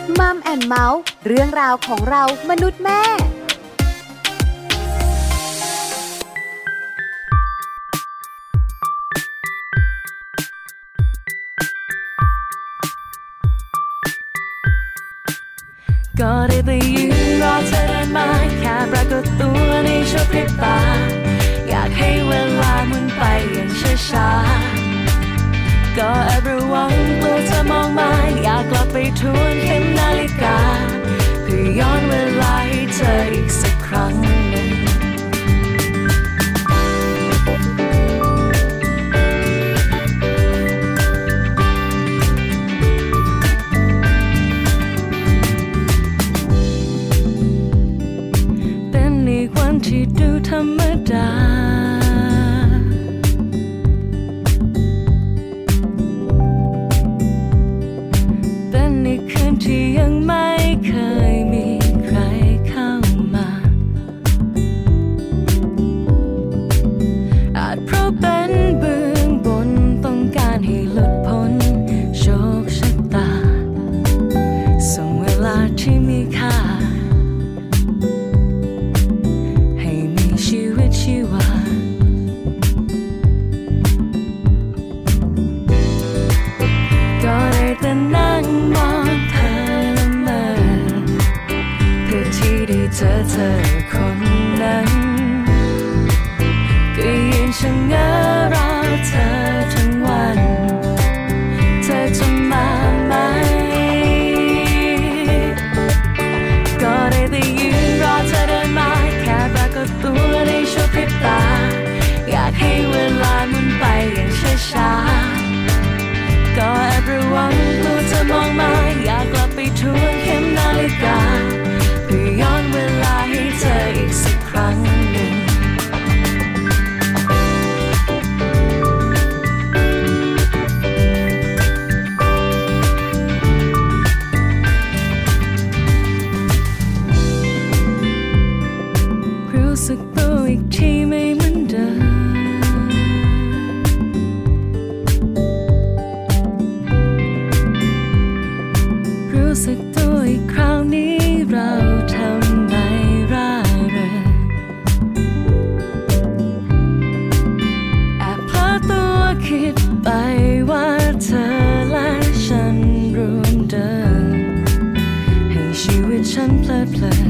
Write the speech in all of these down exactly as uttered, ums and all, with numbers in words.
มัมแอนด์เมาส์เรื่องราวของเรามนุษย์แม่ก็ได้ไปยืนรอเธอเดินมาแค่ปรากฏตัวในชั่วพริบตาอยากให้เวลาหมุนไปอย่างช้าๆก็แอบระวังกลัวเธอมองมาอยากกลับไปทวนเข็มนาฬิกาเพื่อย้อนเวลาให้เธออีกสักครั้งหนึ่งที่ดูธรรมดาเป็นในคืนที่ยังไม่เคยมีใครเข้ามาอาจเพราะเป็นเบื้องบนต้องการให้หลุดพ้นโชคชะตาส่งเวลาที่มีค่าชีวาก็ได้แต่นั่งมองเธอละเมอเพื่อที่ได้เจอเธอคนนั้นก็ยืนชะเง้อรอเธอทั้งวันเธอจะมาไหมก็ได้แต่ยืนรอเธอเดินมาแค่ปรากฏตัวในชั่วพริบตาอยากให้เวลาหมุนไปอย่างช้าๆก็แอบระวังกลัวเธอมองมาอยากกลับไปทวนเข็มนาฬิกาเพื่อย้อนเวลาให้เธออีกสักครั้งหนึ่งรู้สึกตัวอีกทีไม่เหมือนเดิมรู้สึกตัวอีกคราวนี้เราทำไมร่าเริงแอบพลาดตัวคิดไปว่าเธอและฉันรวมเดินให้ชีวิตฉันเพลิดเพลิน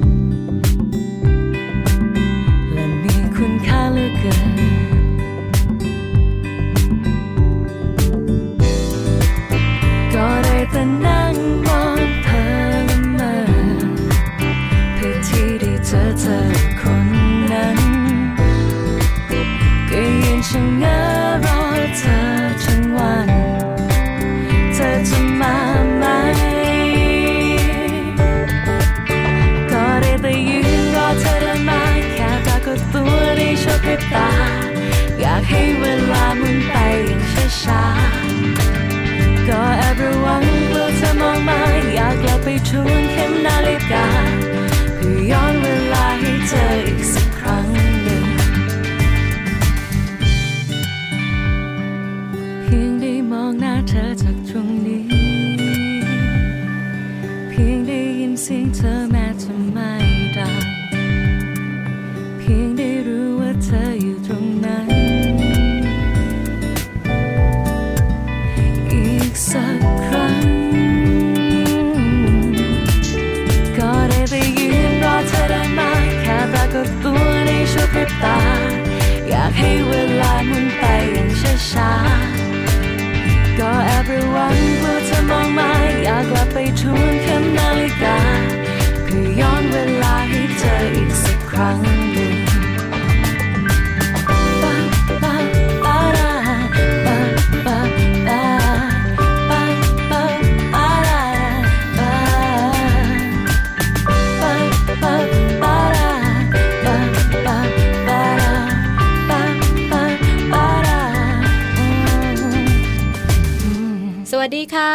ก็ได้แต่นั่งมองเธอละเมอเพื่อที่ได้เจอเธอคนนั้นก็ยืนชะเง้อรอเธอทั้งวันเธอจะมาไหมก็ได้แต่ยืนรอเธอเดินมาแค่ปรากฏตัวในชั่วพริบตาอยากให้เวลาหมุนไปอย่างช้าๆก็แอบระวังกลัวเธอมองมาอยากกลับไปทวนเข็มนาฬิกาเพื่อย้อนเวลาให้เธออีกสักครั้งหนึ่งเพียงได้มองหน้าเธอจากตรงนี้เพียงได้ยินเสียงเธอแม้จะไม่ดังเพียงได้รู้ว่าเธออยู่ตรงนั้นอีกสักครั้งก็ได้ไปยืนรอเธอเดินมาแค่ปรากฏตัวในชั่วพริบตาอยากให้เวลาหมุนไปอย่างช้าๆก็แอบระวังกลัวเธอมองมาอยากกลับไปทวนเข็มนาฬิกาเพื่อย้อนเวลาให้เธออีกสักครั้งหนึ่งสวัสดีค่ะ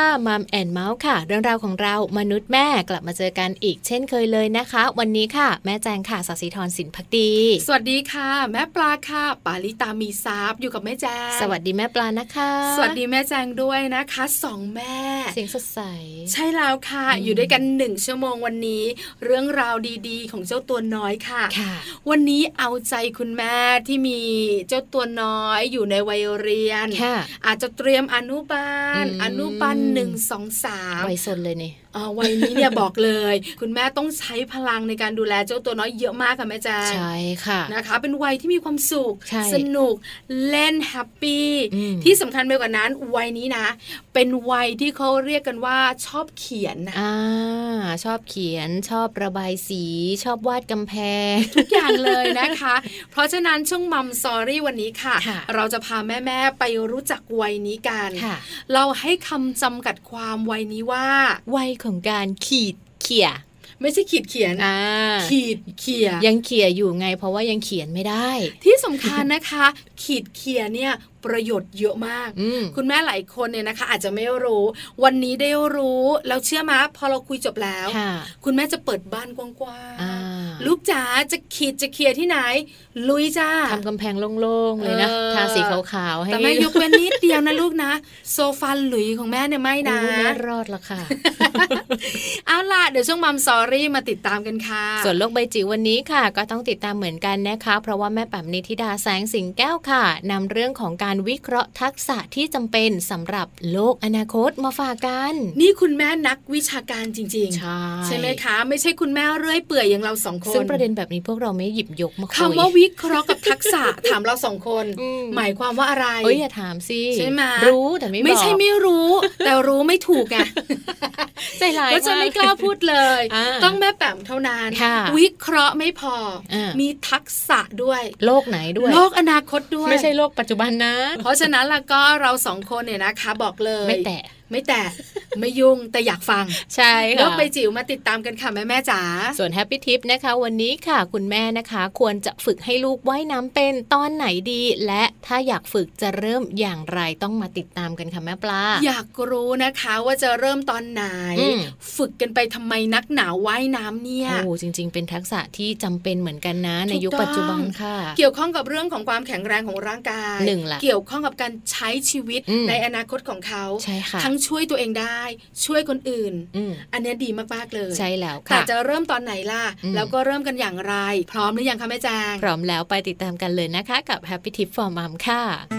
มัมแอนด์เมาส์ค่ะเรื่องราวของเรามนุษย์แม่กลับมาเจอกันอีกเช่นเคยเลยนะคะวันนี้ค่ะแม่แจงค่ะศศิธรสินภักดีสวัสดีค่ะแม่ปลาค่ะปาลิตามีซับอยู่กับแม่แจงสวัสดีแม่ปลานะคะสวัสดีแม่แจงด้วยนะคะสองแม่เสียงสดใสใช่แล้วค่ะ อ, อยู่ด้วยกันหนึ่งชั่วโมงวันนี้เรื่องราวดีๆของเจ้าตัวน้อยค่ะวันนี้เอาใจคุณแม่ที่มีเจ้าตัวน้อยอยู่ในวัยเรียนอาจจะเตรียมอนุบาลอนุบาลหนึ่งสองสามวัยซนเลยนี่อ๋อวัยนี้เนี่ยบอกเลยคุณแม่ต้องใช้พลังในการดูแลเจ้าตัวน้อยเยอะมากค่ะแม่แจ้งใช่ค่ะนะคะเป็นวัยที่มีความสุขสนุกเล่นแฮปปี้ที่สำคัญไปกว่านั้นวัยนี้นะเป็นวัยที่เขาเรียกกันว่าชอบเขียนนะอ่าชอบเขียนชอบระบายสีชอบวาดกำแพงทุกอย่างเลยนะคะเพราะฉะนั้นช่วงมัมซอรี่วันนี้ค่ะเราจะพาแม่ๆไปรู้จักวัยนี้กันเราให้คำจำกัดความวัยนี้ว่าวัยของการขีดเขี่ยไม่ใช่ขีดเขียนขีดเขี่ยยังเขี่ยอยู่ไงเพราะว่ายังเขียนไม่ได้ที่สำคัญนะคะขีดเขี่ยเนี่ยประโยชน์เยอะมากคุณแม่หลายคนเนี่ยนะคะอาจจะไม่รู้วันนี้ได้รู้แล้วเชื่อมั้ยพอเราคุยจบแล้วคุณแม่จะเปิดบ้านกว้างๆลูกจ๋าจะขีดจะเขี่ยที่ไหนลุยจ้าทำกำแพงโล่งๆเลยนะทาสีขาวๆให้แต่แม่ยกเว้นนิดเดียวนะลูกนะโซฟาหลุยของแม่เนี่ยไม่นะไม่รอดละค่ะเอาล่ะเดี๋ยวช่วงมัมซอรี่มาติดตามกันค่ะส่วนโลกใบจิ๋ววันนี้ค่ะก็ต้องติดตามเหมือนกันนะคะเพราะว่าแม่แป๋มนิธิดาแสงสิงแก้วค่ะนำเรื่องของการวิเคราะห์ทักษะที่จำเป็นสำหรับโลกอนาคตมาฝากกันนี่คุณแม่นักวิชาการจริงๆใช่ใช่ไหมคะไม่ใช่คุณแม่เรื่อยเปื่อยอย่างเราสองคนซึ่งประเด็นแบบนี้พวกเราไม่หยิบยกมาคุยคำว่าวิเคราะห์กับทักษะ ถามเราสองคนหมายความว่าอะไรเอ้ยอย่าถามสิใช่ไหมรู้แต่ไม่บอกไม่ใช่ไม่รู้แต่รู้ไม่ถูกไงใจร้ายก็จะไม่กล้าพูดเลยต้องแม่แป๋มเท่านั้นวิเคราะห์ไม่พอมีทักษะด้วยโลกไหนด้วยโลกอนาคตด้วยไม่ใช่โลกปัจจุบันนะเพราะฉะนั้นแล้วก็เราสองคนเนี่ยนะคะบอกเลยไม่แตะไม่แตะไม่ยุ่งแต่อยากฟังใช่ค่ะโลกใบจิ๋วมาติดตามกันค่ะแม่แม่จ๋าส่วนแฮปปี้ทิปนะคะวันนี้ค่ะคุณแม่นะคะควรจะฝึกให้ลูกว่ายน้ำเป็นตอนไหนดีและถ้าอยากฝึกจะเริ่มอย่างไรต้องมาติดตามกันค่ะแม่ปลาอยากรู้นะคะว่าจะเริ่มตอนไหนฝึกกันไปทำไมนักหนาว่ายน้ำเนี่ยโอ้จริงๆเป็นทักษะที่จำเป็นเหมือนกันนะในยุคปัจจุบันค่ะเกี่ยวข้องกับเรื่องของความแข็งแรงของร่างกายหนึ่งละเกี่ยวข้องกับการใช้ชีวิตในอนาคตของเขาใช่ค่ะทั้งช่วยตัวเองได้ช่วยคนอื่นอ, อันนี้ดีมากๆเลยใช่แล้วค่ะแต่จะเริ่มตอนไหนล่ะแล้วก็เริ่มกันอย่างไรพร้อมหรือยังคะแม่แจงพร้อมแล้วไปติดตามกันเลยนะคะกับ Happy Tip for Mom ค่ะ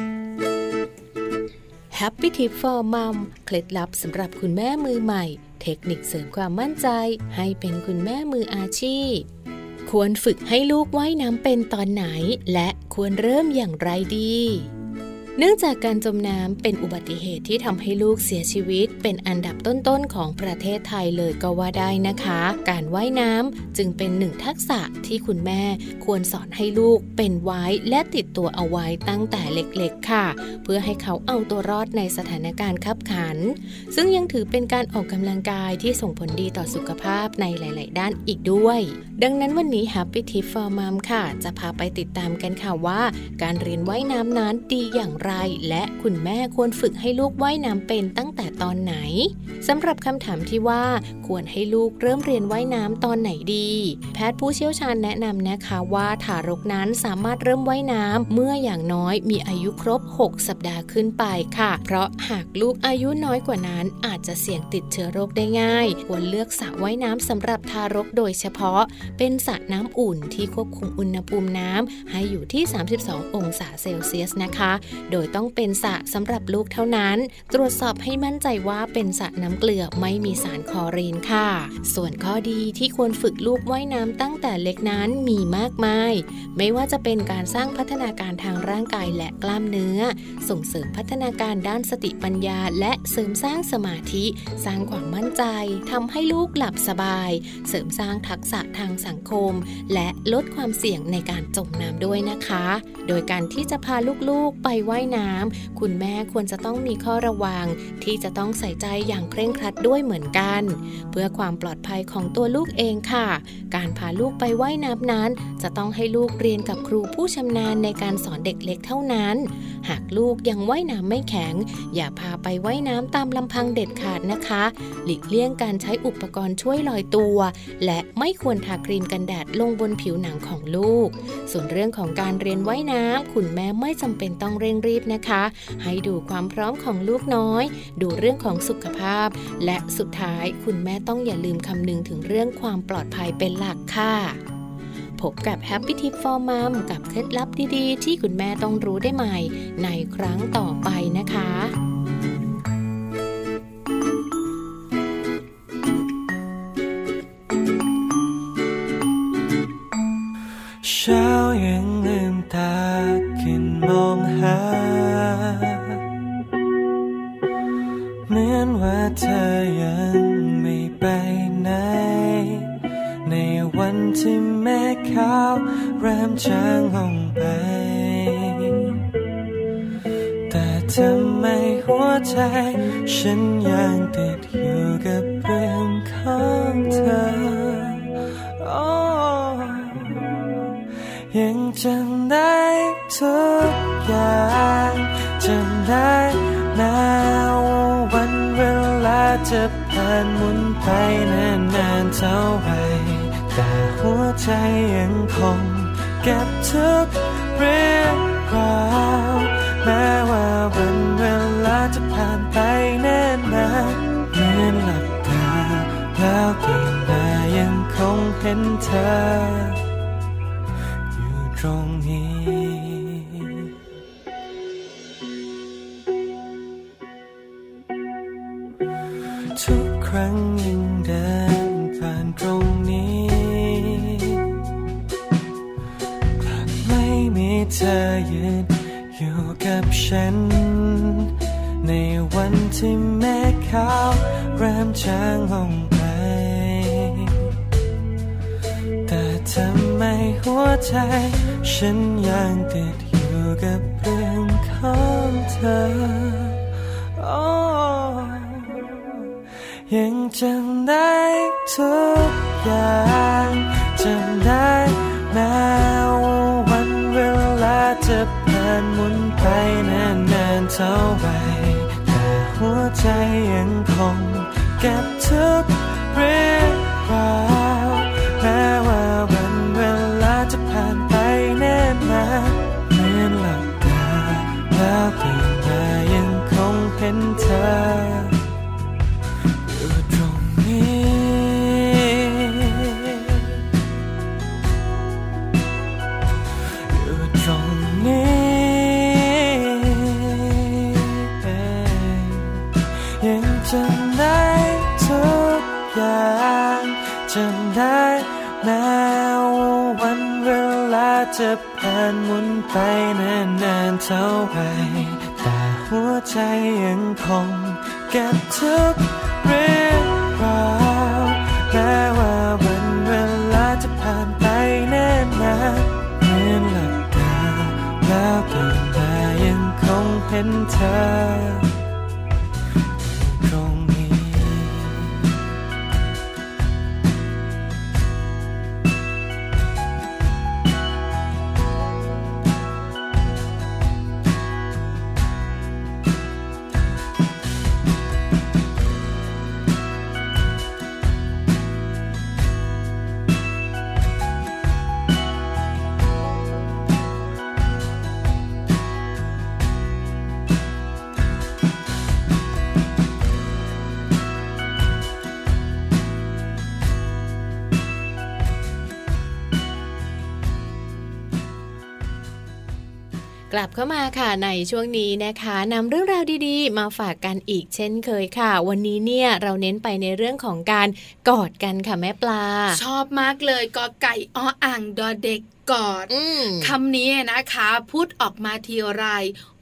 Happy Tip for Mom เคล็ดลับสำหรับคุณแม่มือใหม่เทคนิคเสริมความมั่นใจให้เป็นคุณแม่มืออาชีพควรฝึกให้ลูกว่ายน้ำเป็นตอนไหนและควรเริ่มอย่างไรดีเนื่องจากการจมน้ำเป็นอุบัติเหตุที่ทำให้ลูกเสียชีวิตเป็นอันดับต้นๆของประเทศไทยเลยก็ว่าได้นะคะการว่ายน้ำจึงเป็นหนึ่งทักษะที่คุณแม่ควรสอนให้ลูกเป็นไว้และติดตัวเอาไว้ตั้งแต่เล็กๆค่ะเพื่อให้เขาเอาตัวรอดในสถานการณ์คับขันซึ่งยังถือเป็นการออกกำลังกายที่ส่งผลดีต่อสุขภาพในหลายๆด้านอีกด้วยดังนั้นวันนี้ Happy Tip for Mom ค่ะจะพาไปติดตามกันค่ะว่าการเรียนว่ายน้ำนั้นดีอย่างไรและคุณแม่ควรฝึกให้ลูกว่ายน้ำเป็นตั้งแต่ตอนไหนสำหรับคำถามที่ว่าควรให้ลูกเริ่มเรียนว่ายน้ำตอนไหนดีแพทย์ผู้เชี่ยวชาญแนะนำนะคะว่าทารกนั้นสามารถเริ่มว่ายน้ำเมื่ออย่างน้อยมีอายุครบหกสัปดาห์ขึ้นไปค่ะเพราะหากลูกอายุน้อยกว่านั้นอาจจะเสี่ยงติดเชื้อโรคได้ง่ายควรเลือกสระว่ายน้ำสำหรับทารกโดยเฉพาะเป็นสระน้ำอุ่นที่ควบคุมอุณหภูมิน้ำให้อยู่ที่สามสิบสององศาเซลเซียสนะคะโดยต้องเป็นสระสำหรับลูกเท่านั้นตรวจสอบให้มั่นใจว่าเป็นสระน้ำเกลือไม่มีสารคลอรีนค่ะส่วนข้อดีที่ควรฝึกลูกว่ายน้ำตั้งแต่เล็กนั้นมีมากมายไม่ว่าจะเป็นการสร้างพัฒนาการทางร่างกายและกล้ามเนื้อส่งเสริมพัฒนาการด้านสติปัญญาและเสริมสร้างสมาธิสร้างความมั่นใจทำให้ลูกหลับสบายเสริมสร้างทักษะทางสังคมและลดความเสี่ยงในการจมน้ำด้วยนะคะโดยการที่จะพาลูกๆไปว่ายายน้ำคุณแม่ควรจะต้องมีข้อระวังที่จะต้องใส่ใจอย่างเคร่งครัดด้วยเหมือนกันเพื่อความปลอดภัยของตัวลูกเองค่ะการพาลูกไปว่ายน้ำนั้นจะต้องให้ลูกเรียนกับครูผู้ชำนาญในการสอนเด็กเล็กเท่านั้นหากลูกยังว่ายน้ำไม่แข็งอย่าพาไปว่ายน้ำตามลำพังเด็ดขาดนะคะหลีกเลี่ยงการใช้อุปกรณ์ช่วยลอยตัวและไม่ควรทาครีมกันแดดลงบนผิวหนังของลูกส่วนเรื่องของการเรียนว่ายน้ำคุณแม่ไม่จำเป็นต้องเร่งรีบนะคะให้ดูความพร้อมของลูกน้อยดูเรื่องของสุขภาพและสุดท้ายคุณแม่ต้องอย่าลืมคำนึงถึงเรื่องความปลอดภัยเป็นหลักค่ะพบกับ Happy Tip for Mom กับเคล็ดลับดีๆที่คุณแม่ต้องรู้ได้ใหม่ในครั้งต่อไปนะคะเช้ายังลืมตาขึ้นมองหาเหมือนว่าเธอยังไม่ไปไหนในวันที่แม่ขาวเริ่มจางลงไปแต่ทำไมหัวใจฉันยังติดอยู่กับเรื่องของเธอ ohยังจำได้ทุกอย่างจำได้แม้ว่าวันเวลาจะผ่านหมุนไปนานๆเท่าไหร่แต่หัวใจยังคงเก็บทุกเรื่องราวแม้ว่าวันเวลาจะผ่านไปนานๆเหมือนหลับตาแล้วตื่นมายังคงเห็นเธอตรงนี้ทุกครั้งยังเดินผ่านตรงนี้หากไม่มีเธอยืนอยู่กับฉันในวันที่แม่ขาวเริ่มจางลงไปแต่ทำไมหัวใจฉันยังติดอยู่กับเรื่องของเธอ oh ยังจำได้ทุกอย่างจำได้แม้ว่าวันเวลาจะผ่านหมุนไปนานๆเท่าไหร่แต่หัวใจยังคงเก็บทุกเรื่องราวแม้ว่าวันเวลาจะผ่านไปแน่นานเหมือนหลับตาแล้วตื่นมายังคงเห็นเธออยู่ตรงนี้อยู่ตรงนี้ยังจำได้ทุกอย่างจำได้แม้ว่าวันเวลาจะผ่านหมุนไปนานๆเท่าไหร่แต่หัวใจยังคงเก็บทุกเรื่องราวแม้ว่าวันเวลาจะผ่านไปแน่นานเหมือนหลับตาแล้วตื่นมายังคงเห็นเธอตรงนี้กลับเข้ามาค่ะในช่วงนี้นะคะนำเรื่องราวดีๆมาฝากกันอีกเช่นเคยค่ะวันนี้เนี่ยเราเน้นไปในเรื่องของการกอดกันค่ะแม่ปลาชอบมากเลยกอไก่ออ่างดอเด็กกอดคำนี้นะคะพูดออกมาทีไรอบ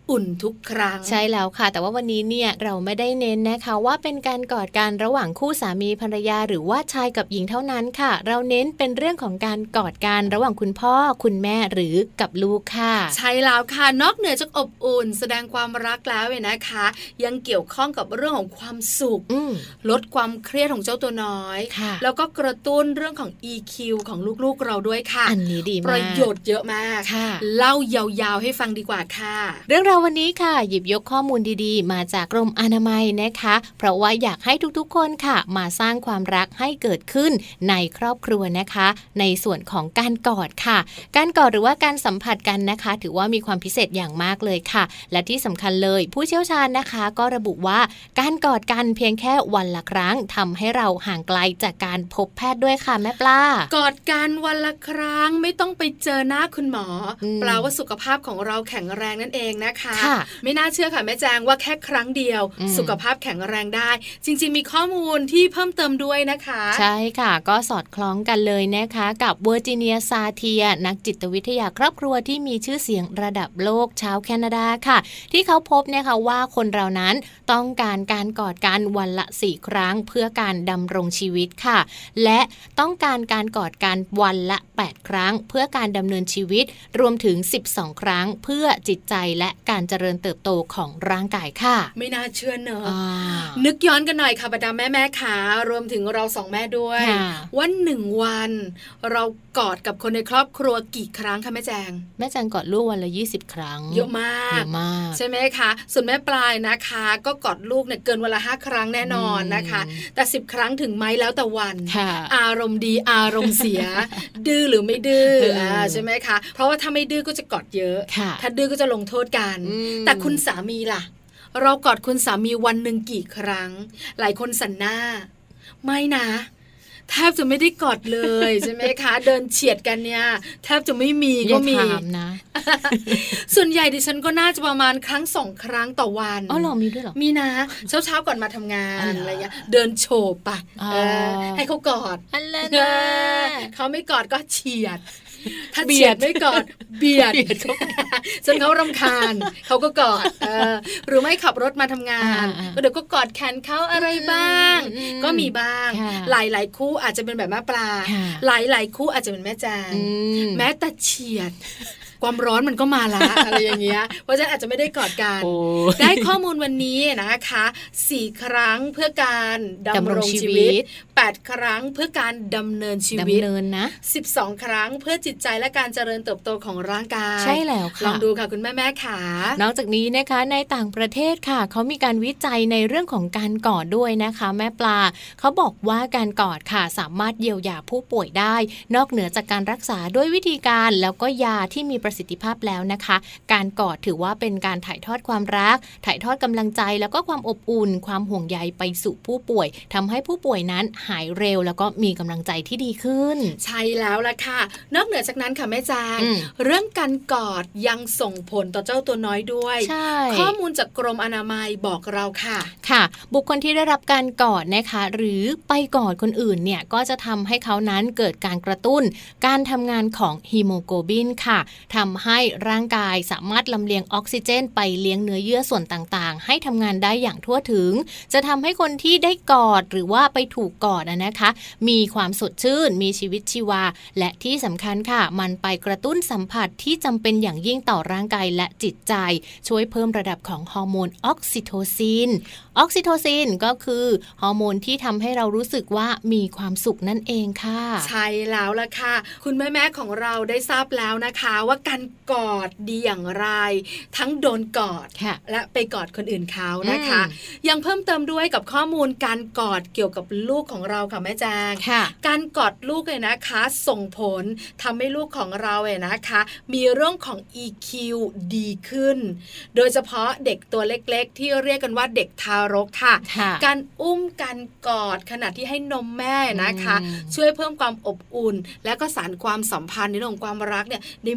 อุ่นทุกครั้งใช่แล้วค่ะแต่ว่าวันนี้เนี่ยเราไม่ได้เน้นนะคะว่าเป็นการกอดกันระหว่างคู่สามีภรรยาหรือว่าชายกับหญิงเท่านั้นค่ะเราเน้นเป็นเรื่องของการกอดกันระหว่างคุณพ่อคุณแม่หรือกับลูกค่ะใช่แล้วค่ะนอกเหนือจากอบอุ่นแสดงความรักแล้วเนี่ยนะคะยังเกี่ยวข้องกับเรื่องของความสุขลดความเครียดของเจ้าตัวน้อยแล้วก็กระตุ้นเรื่องของ อี คิว ของลูกๆเราด้วยค่ะอันนี้ดีมากประโยชน์เยอะมากเล่ายาวๆให้ฟังดีกว่าค่ะเรื่องราววันนี้ค่ะหยิบยกข้อมูลดีๆมาจากกรมอนามัยนะคะเพราะว่าอยากให้ทุกๆคนค่ะมาสร้างความรักให้เกิดขึ้นในครอบครัวนะคะในส่วนของการกอดค่ะการกอดหรือว่าการสัมผัสกันนะคะถือว่ามีความพิเศษอย่างมากเลยค่ะและที่สำคัญเลยผู้เชี่ยวชาญนะคะก็ระบุว่าการกอดกันเพียงแค่วันละครั้งทำให้เราห่างไกลจากการพบแพทย์ด้วยค่ะแม่ปลากอดกันวันละครั้งไม่ต้องไปเจอหน้าคุณหมอแปลว่าสุขภาพของเราแข็งแรงนั่นเองนะคะไม่น่าเชื่อค่ะแม่แจงว่าแค่ครั้งเดียวสุขภาพแข็งแรงได้จริงๆมีข้อมูลที่เพิ่มเติมด้วยนะคะใช่ค่ะก็สอดคล้องกันเลยนะคะกับเวอร์จิเนียซาเทียนักจิตวิทยาครอบครัวที่มีชื่อเสียงระดับโลกชาวแคนาดาค่ะที่เขาพบนะคะว่าคนเรานั้นต้องการการกอดกันวันละสี่ครั้งเพื่อการดำรงชีวิตค่ะและต้องการการกอดกันวันละแปดครั้งเพื่อการดำเนินชีวิตรวมถึงสิบสองครั้งเพื่อจิตใจและการเจริญเติบโตของร่างกายค่ะไม่น่าเชื่อเนอะนึกย้อนกันหน่อยค่ะบรรดาแม่แม่ขารวมถึงเราสองแม่ด้วยวันหนึ่งวันเรากอดกับคนในครอบครัวกี่ครั้งคะแม่แจงแม่แจงกอดลูกวันละยี่สิบครั้งเยอะมากเยอะมากใช่ไหมคะส่วนแม่ปลายนะคะก็กอดลูกเนี่ยเกินวันละห้าครั้งแน่นอนนะคะแต่สิบครั้งถึงไหมแล้วแต่วันอารมณ์ดีอารมณ์เสียดื้อหรือไม่ดื้อใช่ไหมคะเพราะว่าถ้าไม่ดื้อก็จะกอดเยอะถ้าดื้อก็จะลงโทษกันแต่คุณสามีล่ะเรากอดคุณสามีวันหนึ่งกี่ครั้งหลายคนสันหน้าไม่นะแทบจะไม่ได้กอดเลยใช่ไหมคะเดินเฉียดกันเนี่ยแทบจะไม่มีก็มีนะส่วนใหญ่ดิฉันก็น่าจะประมาณครั้งสองครั้งต่อวันอ๋อเหรอมีด้วยเหรอมีนะเช้าเช้าก่อนมาทำงานอะไรเงี้ยเดินโฉบไปให้เขากอดอะไรนะเขาไม่กอดก็เฉียดถ้าเฉียดไม่กอดเบียดจนเขารำคาญเขาก็กอดหรือไม่ขับรถมาทำงานก็เดี๋ยวก็กอดแขนเขาอะไรบ้างก็มีบ้างหลายๆคู่อาจจะเป็นแบบแม่ปลาหลายๆคู่อาจจะเป็นแม่แจงแม้แต่เฉียดความร้อนมันก็มาละอะไรอย่างเงี้ยเพราะฉะนั้นอาจจะไม่ได้กอดกันได้ข้อมูลวันนี้นะคะสี่ครั้งเพื่อการดำรงชีวิตแปดครั้งเพื่อการดำเนินชีวิตดำเนินนะสิบสองครั้งเพื่อจิตใจและการเจริญเติบโตของร่างกายใช่แล้วค่ะลองดูค่ะคุณแม่แม่ขานอกจากนี้นะคะในต่างประเทศค่ะเขามีการวิจัยในเรื่องของการกอดด้วยนะคะแม่ปลาเขาบอกว่าการกอดค่ะสามารถเยียวยาผู้ป่วยได้นอกเหนือจากการรักษาด้วยวิธีการแล้วก็ยาที่มีประสิทธิภาพแล้วนะคะการกอดถือว่าเป็นการถ่ายทอดความรักถ่ายทอดกำลังใจแล้วก็ความอบอุ่นความห่วงใยไปสู่ผู้ป่วยทำให้ผู้ป่วยนั้นหายเร็วแล้วก็มีกำลังใจที่ดีขึ้นใช่แล้วล่ะค่ะนอกเหนือจากนั้นค่ะแม่จางเรื่องการกอดยังส่งผลต่อเจ้าตัวน้อยด้วยข้อมูลจากกรมอนามัยบอกเราค่ะค่ะบุคคลที่ได้รับการกอดนะคะหรือไปกอดคนอื่นเนี่ยก็จะทำให้เขานั้นเกิดการกระตุ้นการทำงานของฮีโมโกลบินค่ะทำให้ร่างกายสามารถลำเลียงออกซิเจนไปเลี้ยงเนื้อเยื่อส่วนต่างๆให้ทำงานได้อย่างทั่วถึงจะทำให้คนที่ได้กอดหรือว่าไปถูกกอดนะคะมีความสดชื่นมีชีวิตชีวาและที่สำคัญค่ะมันไปกระตุ้นสัมผัสที่จำเป็นอย่างยิ่งต่อร่างกายและจิตใจช่วยเพิ่มระดับของฮอร์โมนออกซิโทซินออกซิโทซินก็คือฮอร์โมนที่ทำให้เรารู้สึกว่ามีความสุขนั่นเองค่ะใช่แล้วล่ะค่ะคุณแม่ๆของเราได้ทราบแล้วนะคะว่าการกอดดีอย่างไรทั้งโดนกอดและไปกอดคนอื่นเขานะคะยังเพิ่มเติมด้วยกับข้อมูลการกอดเกี่ยวกับลูกของเราค่ะแม่แจงการกอดลูกเลยนะคะส่งผลทำให้ลูกของเราเนี่ยนะคะมีเรื่องของ อี คิว ดีขึ้นโดยเฉพาะเด็กตัวเล็กๆที่เรียกกันว่าเด็กทารกค่ะการอุ้มการกอดขณะที่ให้นมแม่นะคะช่วยเพิ่มความอบอุ่นและก็สานความสัมพันธ์ในเรื่องของความรักเนี่ยได้มาก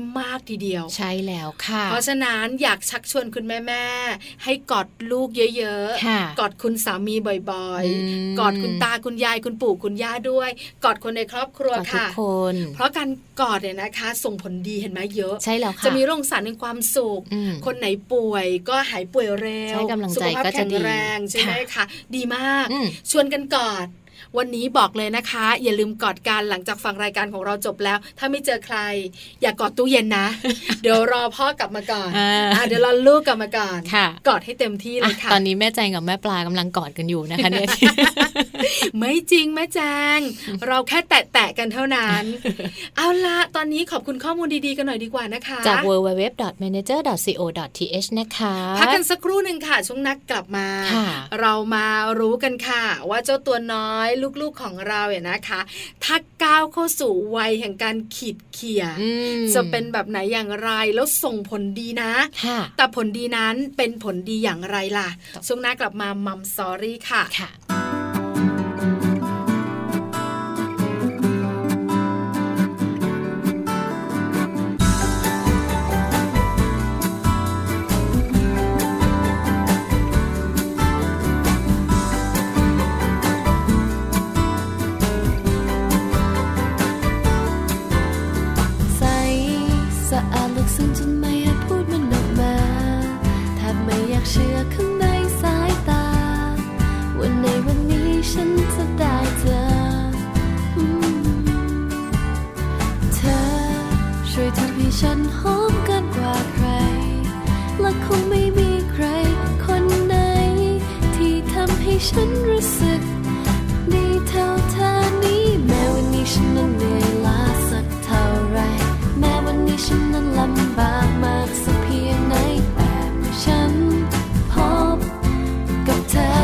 ทีเดียวใช่แล้วค่ะเพราะฉะนั้นอยากชักชวนคุณแม่ๆให้กอดลูกเยอะๆกอดคุณสามีบ่อยๆกอดคุณตาคุณยายคุณปู่คุณย่าด้วยกอดคนในครอบครัวค่ะทุกคนเพราะการกอดเนี่ยนะคะส่งผลดีเห็นไหมเยอะใช่แล้วค่ะจะมีโรคสารในความสุขคนไหนป่วยก็หายป่วยเร็วสุขภาพแข็งแรงใช่ไหมคะดีมากชวนกันกอดวันนี้บอกเลยนะคะอย่าลืมกอดกันหลังจากฟังรายการของเราจบแล้วถ้าไม่เจอใครอย่ากอดตู้เย็นนะ เดี๋ยวรอพ่อกลับมาก่อนเดี๋ยวรอลูกกลับมาก่อนกอดให้เต็มที่เลยค่ะตอนนี้แม่แจงกับแม่ปลากำลังกอดกันอยู่นะคะเนี่ยไม่จริงแม่แจงเราแค่แตะๆกันเท่านั้นเอาละตอนนี้ขอบคุณข้อมูลดีๆกันหน่อยดีกว่านะคะจาก ดับเบิลยู ดับเบิลยู ดับเบิลยู ดอท แมเนเจอร์ ดอท ซี โอ ดอท ที เอช นะคะพักกันสักครู่นึงค่ะช่วงนักกลับมาเรามารู้กันค่ะว่าเจ้าตัวน้อยลูกๆของเราเนี่ยนะคะถ้าก้าวเข้าสู่วัยแห่งการขีดเขี่ยจะเป็นแบบไหนอย่างไรแล้วส่งผลดีนะแต่ผลดีนั้นเป็นผลดีอย่างไรล่ะช่วงหน้ากลับมามัมสอรี่ค่ะซึ่งจนไม่อาจพูดมันออกมาแทบไม่อยากเชื่อข้างในสายตาวันในวันนี้ฉันจะได้เจอเธอช่วยทำให้ฉันหอมกันกว่าใครและคงไม่มีใครคนไหนที่ทำให้ฉันรู้สึกดีเท่าเธอนี้แม้วันนี้ฉันนั้นเหนื่อยล้าสักเท่าไรแม้วันนี้ฉันนั้นลำบากมากสักเพียงไหนแต่ฉันพบกับเธอ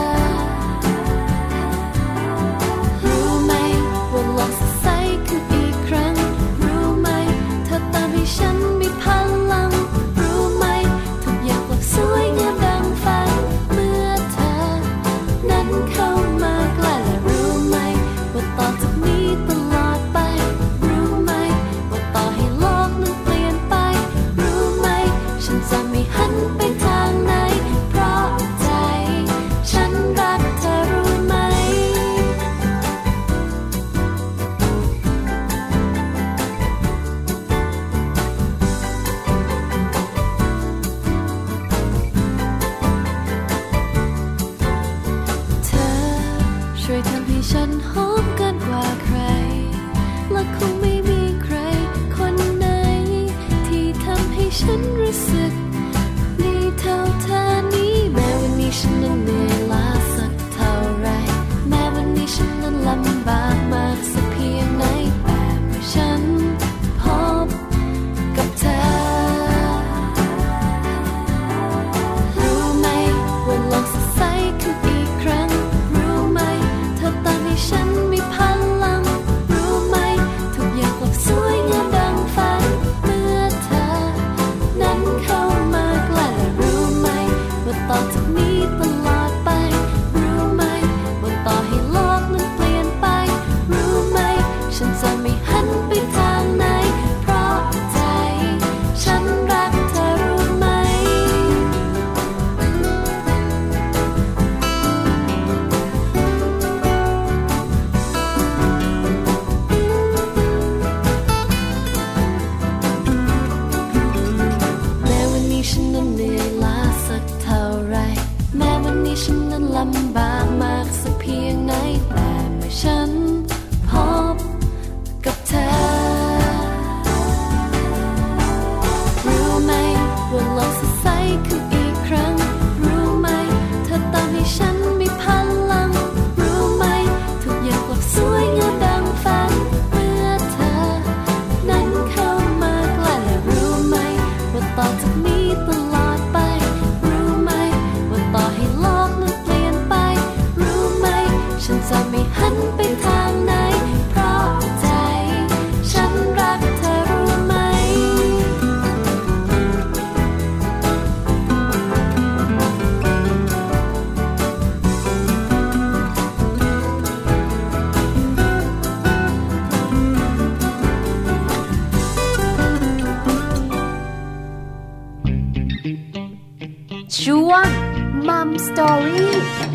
รู้ไหมว่าโลกสดใสขึ้นอีกครั้งรู้ไหมเธอตามให้ฉันมีพลังรู้ไหมทุกอย่างกลับสวยงามดังฝันเมื่อเธอนั้นเข้ามาใกล้และรู้ไหมว่าต่อจากนี้ตลอดไปรู้ไหมว่าต่อให้โลกนั้นเปลี่ยนไปรู้ไหมฉันจะไม่หันไปทางไหนเพราะใจฉันรักเธอรู้ไหมเธอช่วยทำให้ฉันหอมกันกว่าใครและคงไม่มีใครคนไหนที่ทำให้ฉันรู้สึกดีเท่าเธอนี้แม้วันนี้ฉันนั้นเหนื่อยล้าสักเท่าไรแม้วันนี้ฉันนั้นลำบากมากสักเพียงไหนแต่เมื่อฉันพบกับเธอรู้ไหมว่าโลกสดใสขึ้นอีกครั้งรู้ไหมเธอตามให้ฉันมีพลังรู้ไหมทุกอย่างกลับสวยงามดังฝันเมื่อเธอนั้นเข้ามาใกล้และรู้ไหมว่าต่อจากนี้ตลอดไปรู้ไหมว่าต่อให้โลกนั้นเปลี่ยนไป Story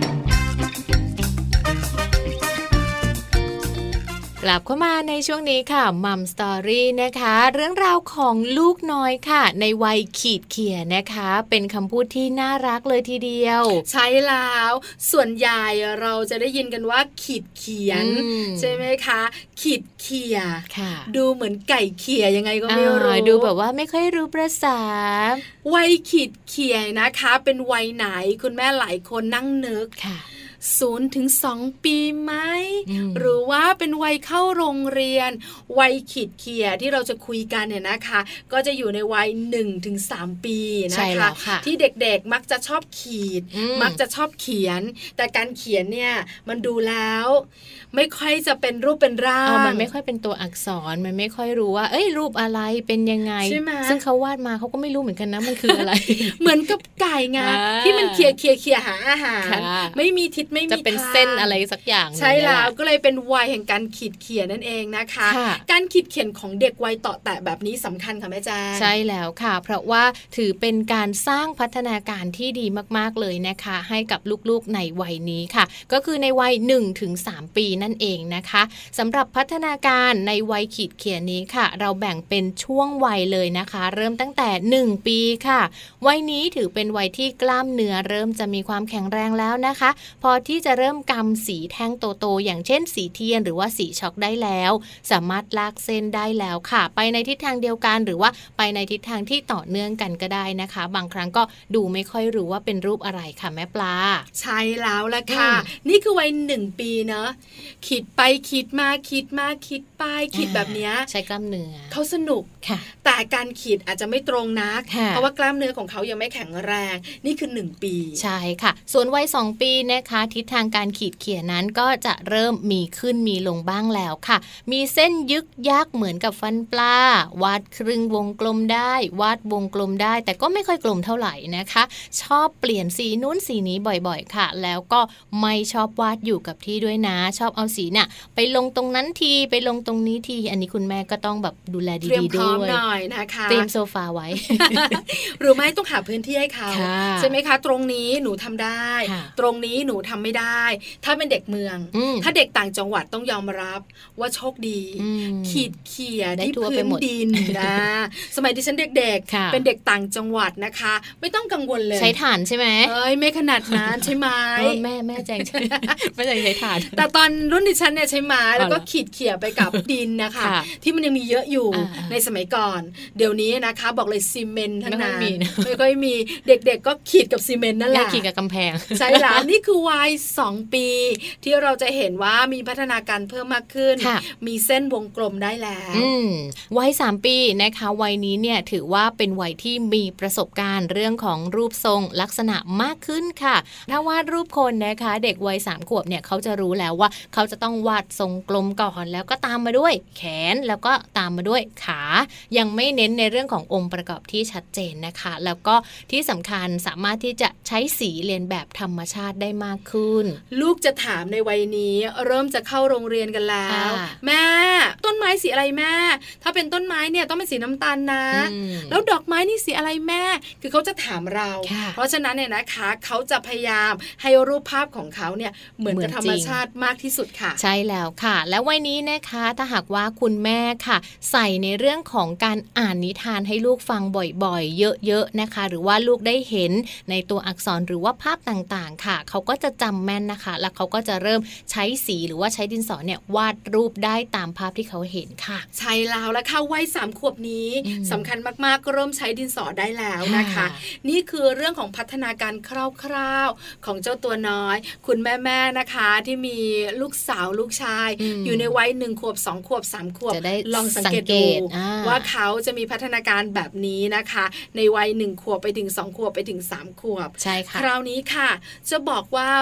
กลับเข้ามาในช่วงนี้ค่ะมัมสตอรี่นะคะเรื่องราวของลูกน้อยค่ะในวัยขีดเขี่ยนะคะเป็นคำพูดที่น่ารักเลยทีเดียวใช่แล้วส่วนใหญ่เราจะได้ยินกันว่าขีดเขียนใช่ไหมคะขีดเขี่ยดูเหมือนไก่เขี่ยยังไงก็ไม่รู้ดูแบบว่าไม่ค่อยรู้ประษาวัยขีดเขี่ยนะคะเป็นวัยไหนคุณแม่หลายคนนั่งนึกศูนย์ถึงสองปีไหมหรือว่าเป็นวัยเข้าโรงเรียนวัยขีดเขี่ยที่เราจะคุยกันเนี่ยนะคะก็จะอยู่ในวัย หนึ่งถึงสาม ปีนะคะที่เด็กๆมักจะชอบขีดมักจะชอบเขียนแต่การเขียนเนี่ยมันดูแล้วไม่ค่อยจะเป็นรูปเป็นร่างมันไม่ค่อยเป็นตัวอักษรมันไม่ค่อยรู้ว่าเอ้ยรูปอะไรเป็นยังไงซึ่งเขาวาดมาเขาก็ไม่รู้เหมือนกันนะมันคืออะไรเหมือนกับไก่ไงที่มันเขี่ยเขี่ยเขี่ยหาอาหารไม่มีทิศไม่มีจะเป็นเส้นอะไรสักอย่างใช่แล้วก็เลยเป็นวัยแห่งการขีดเขียนนั่นเองนะคะการขีดเขียนของเด็กวัยเต่อแตะแบบนี้สำคัญค่ะแม่แจ้งใช่แล้วค่ะเพราะว่าถือเป็นการสร้างพัฒนาการที่ดีมากๆเลยนะคะให้กับลูกๆในวัยนี้ค่ะก็คือในวัย หนึ่งถึงสาม ปีนั่นเองนะคะสำหรับพัฒนาการในวัยขีดเขียนนี้ค่ะเราแบ่งเป็นช่วงวัยเลยนะคะเริ่มตั้งแต่หนึ่งปีค่ะวัยนี้ถือเป็นวัยที่กล้ามเนื้อเริ่มจะมีความแข็งแรงแล้วนะคะพอที่จะเริ่มกำสีแท่งโตๆอย่างเช่นสีเทียนหรือว่าสีช็อกได้แล้วสามารถลากเส้นได้แล้วค่ะไปในทิศทางเดียวกันหรือว่าไปในทิศทางที่ต่อเนื่องกันก็ได้นะคะบางครั้งก็ดูไม่ค่อยรู้ว่าเป็นรูปอะไรค่ะแม่ปลาใช่แล้วล่ะค่ะนี่คือวัยหนึ่งปีเนาะคิดไปคิดมาคิดมาคิดไปคิดแบบนี้ใช้กล้ามเนื้อเขาสนุกแต่การขีดอาจจะไม่ตรงนักเพราะว่ากล้ามเนื้อของเขายังไม่แข็งแรงนี่คือหนึ่งปีใช่ค่ะส่วนวัยสองปีนะคะทิศทางการขีดเขียนนั้นก็จะเริ่มมีขึ้นมีลงบ้างแล้วค่ะมีเส้นยึกยักเหมือนกับฟันปลาวาดครึ่งวงกลมได้วาดวงกลมได้แต่ก็ไม่ค่อยกลมเท่าไหร่นะคะชอบเปลี่ยนสีนู้นสีนี้บ่อยๆค่ะแล้วก็ไม่ชอบวาดอยู่กับที่ด้วยนะชอบเอาสีเนี่ยไปลงตรงนั้นทีไปลงตรงนี้ทีอันนี้คุณแม่ก็ต้องแบบดูแลดีๆด้วยหน่อยนะคะเตรียมโซฟาไว้หรือไม่ต้องหาพื้นที่ให้เขาใช่ไหมคะตรงนี้หนูทำได้ตรงนี้หนูทำไม่ได้ถ้าเป็นเด็กเมืองถ้าเด็กต่างจังหวัดต้องยอมรับว่าโชคดีขีดเขี่ยที่พื้นดินนะสมัยที่ฉันเด็กๆเป็นเด็กต่างจังหวัดนะคะไม่ต้องกังวลเลยใช้ถ่านใช่ไหมเอ้ยไม่ขนาดนั้นใช่ไหมแม่แม่แจงใช่ไม่ใช่ใช้ถ่านแต่ตอนรุ่นดิฉันเนี่ยใช้ไม้แล้วก็ขีดเขี่ยไปกับดินนะคะที่มันยังมีเยอะอยู่ในสมัยก่อนเดี๋ยวนี้นะคะบอกเลยซีเมนต์ทั้งนั้นไม่ค่อยมีเด็กๆก็ขีดกับซีเมนต์นั่นแหละขีดกับกำแพงใช่แล้วนี่คือวัยสองปีที่เราจะเห็นว่ามีพัฒนาการเพิ่มมากขึ้นมีเส้นวงกลมได้แล้ววัยสามปีนะคะวัยนี้เนี่ยถือว่าเป็นวัยที่มีประสบการณ์เรื่องของรูปทรงลักษณะมากขึ้นค่ะถ้าวาดรูปคนนะคะเด็กวัยสามขวบเนี่ยเขาจะรู้แล้วว่าเขาจะต้องวาดทรงกลมก่อนแล้วก็ตามมาด้วยแขนแล้วก็ตามมาด้วยขายังไม่เน้นในเรื่องขององค์ประกอบที่ชัดเจนนะคะแล้วก็ที่สำคัญสามารถที่จะใช้สีเรียนแบบธรรมชาติได้มากขึ้นลูกจะถามในวัยนี้เริ่มจะเข้าโรงเรียนกันแล้วแม่ต้นไม้สีอะไรแม่ถ้าเป็นต้นไม้เนี่ยต้องเป็นสีน้ำตาลนะแล้วดอกไม้นี่สีอะไรแม่คือเขาจะถามเราเพราะฉะนั้นเนี่ยนะคะเขาจะพยายามให้รูปภาพของเขาเนี่ยเหมือนกับธรรมชาติมากที่สุดค่ะใช่แล้วค่ะแล้ววัยนี้นะคะถ้าหากว่าคุณแม่ค่ะใส่ในเรื่องของการอ่านนิทานให้ลูกฟังบ่อยๆเยอะๆนะคะหรือว่าลูกได้เห็นในตัวอักษรหรือว่าภาพต่างๆค่ะเขาก็จะจำแม่นนะคะแล้วเขาก็จะเริ่มใช้สีหรือว่าใช้ดินสอเนี่ยวาดรูปได้ตามภาพที่เขาเห็นค่ะใช่แล้วละค่ะวัยสามขวบนี้สำคัญมากๆก็เริ่มใช้ดินสอได้แล้วนะคะนี่คือเรื่องของพัฒนาการคร่าวๆของเจ้าตัวน้อยคุณแม่ๆนะคะที่มีลูกสาวลูกชาย อ, อยู่ในวัยหนึ่งขวบสองขวบสามขวบลองสังเกตดูว่าเขาจะมีพัฒนาการแบบนี้นะคะในวัยหนึ่งขวบไปถึงสองขวบไปถึงสามขวบใช่ค่ะคราวนี้ค่ะจะบอกว่า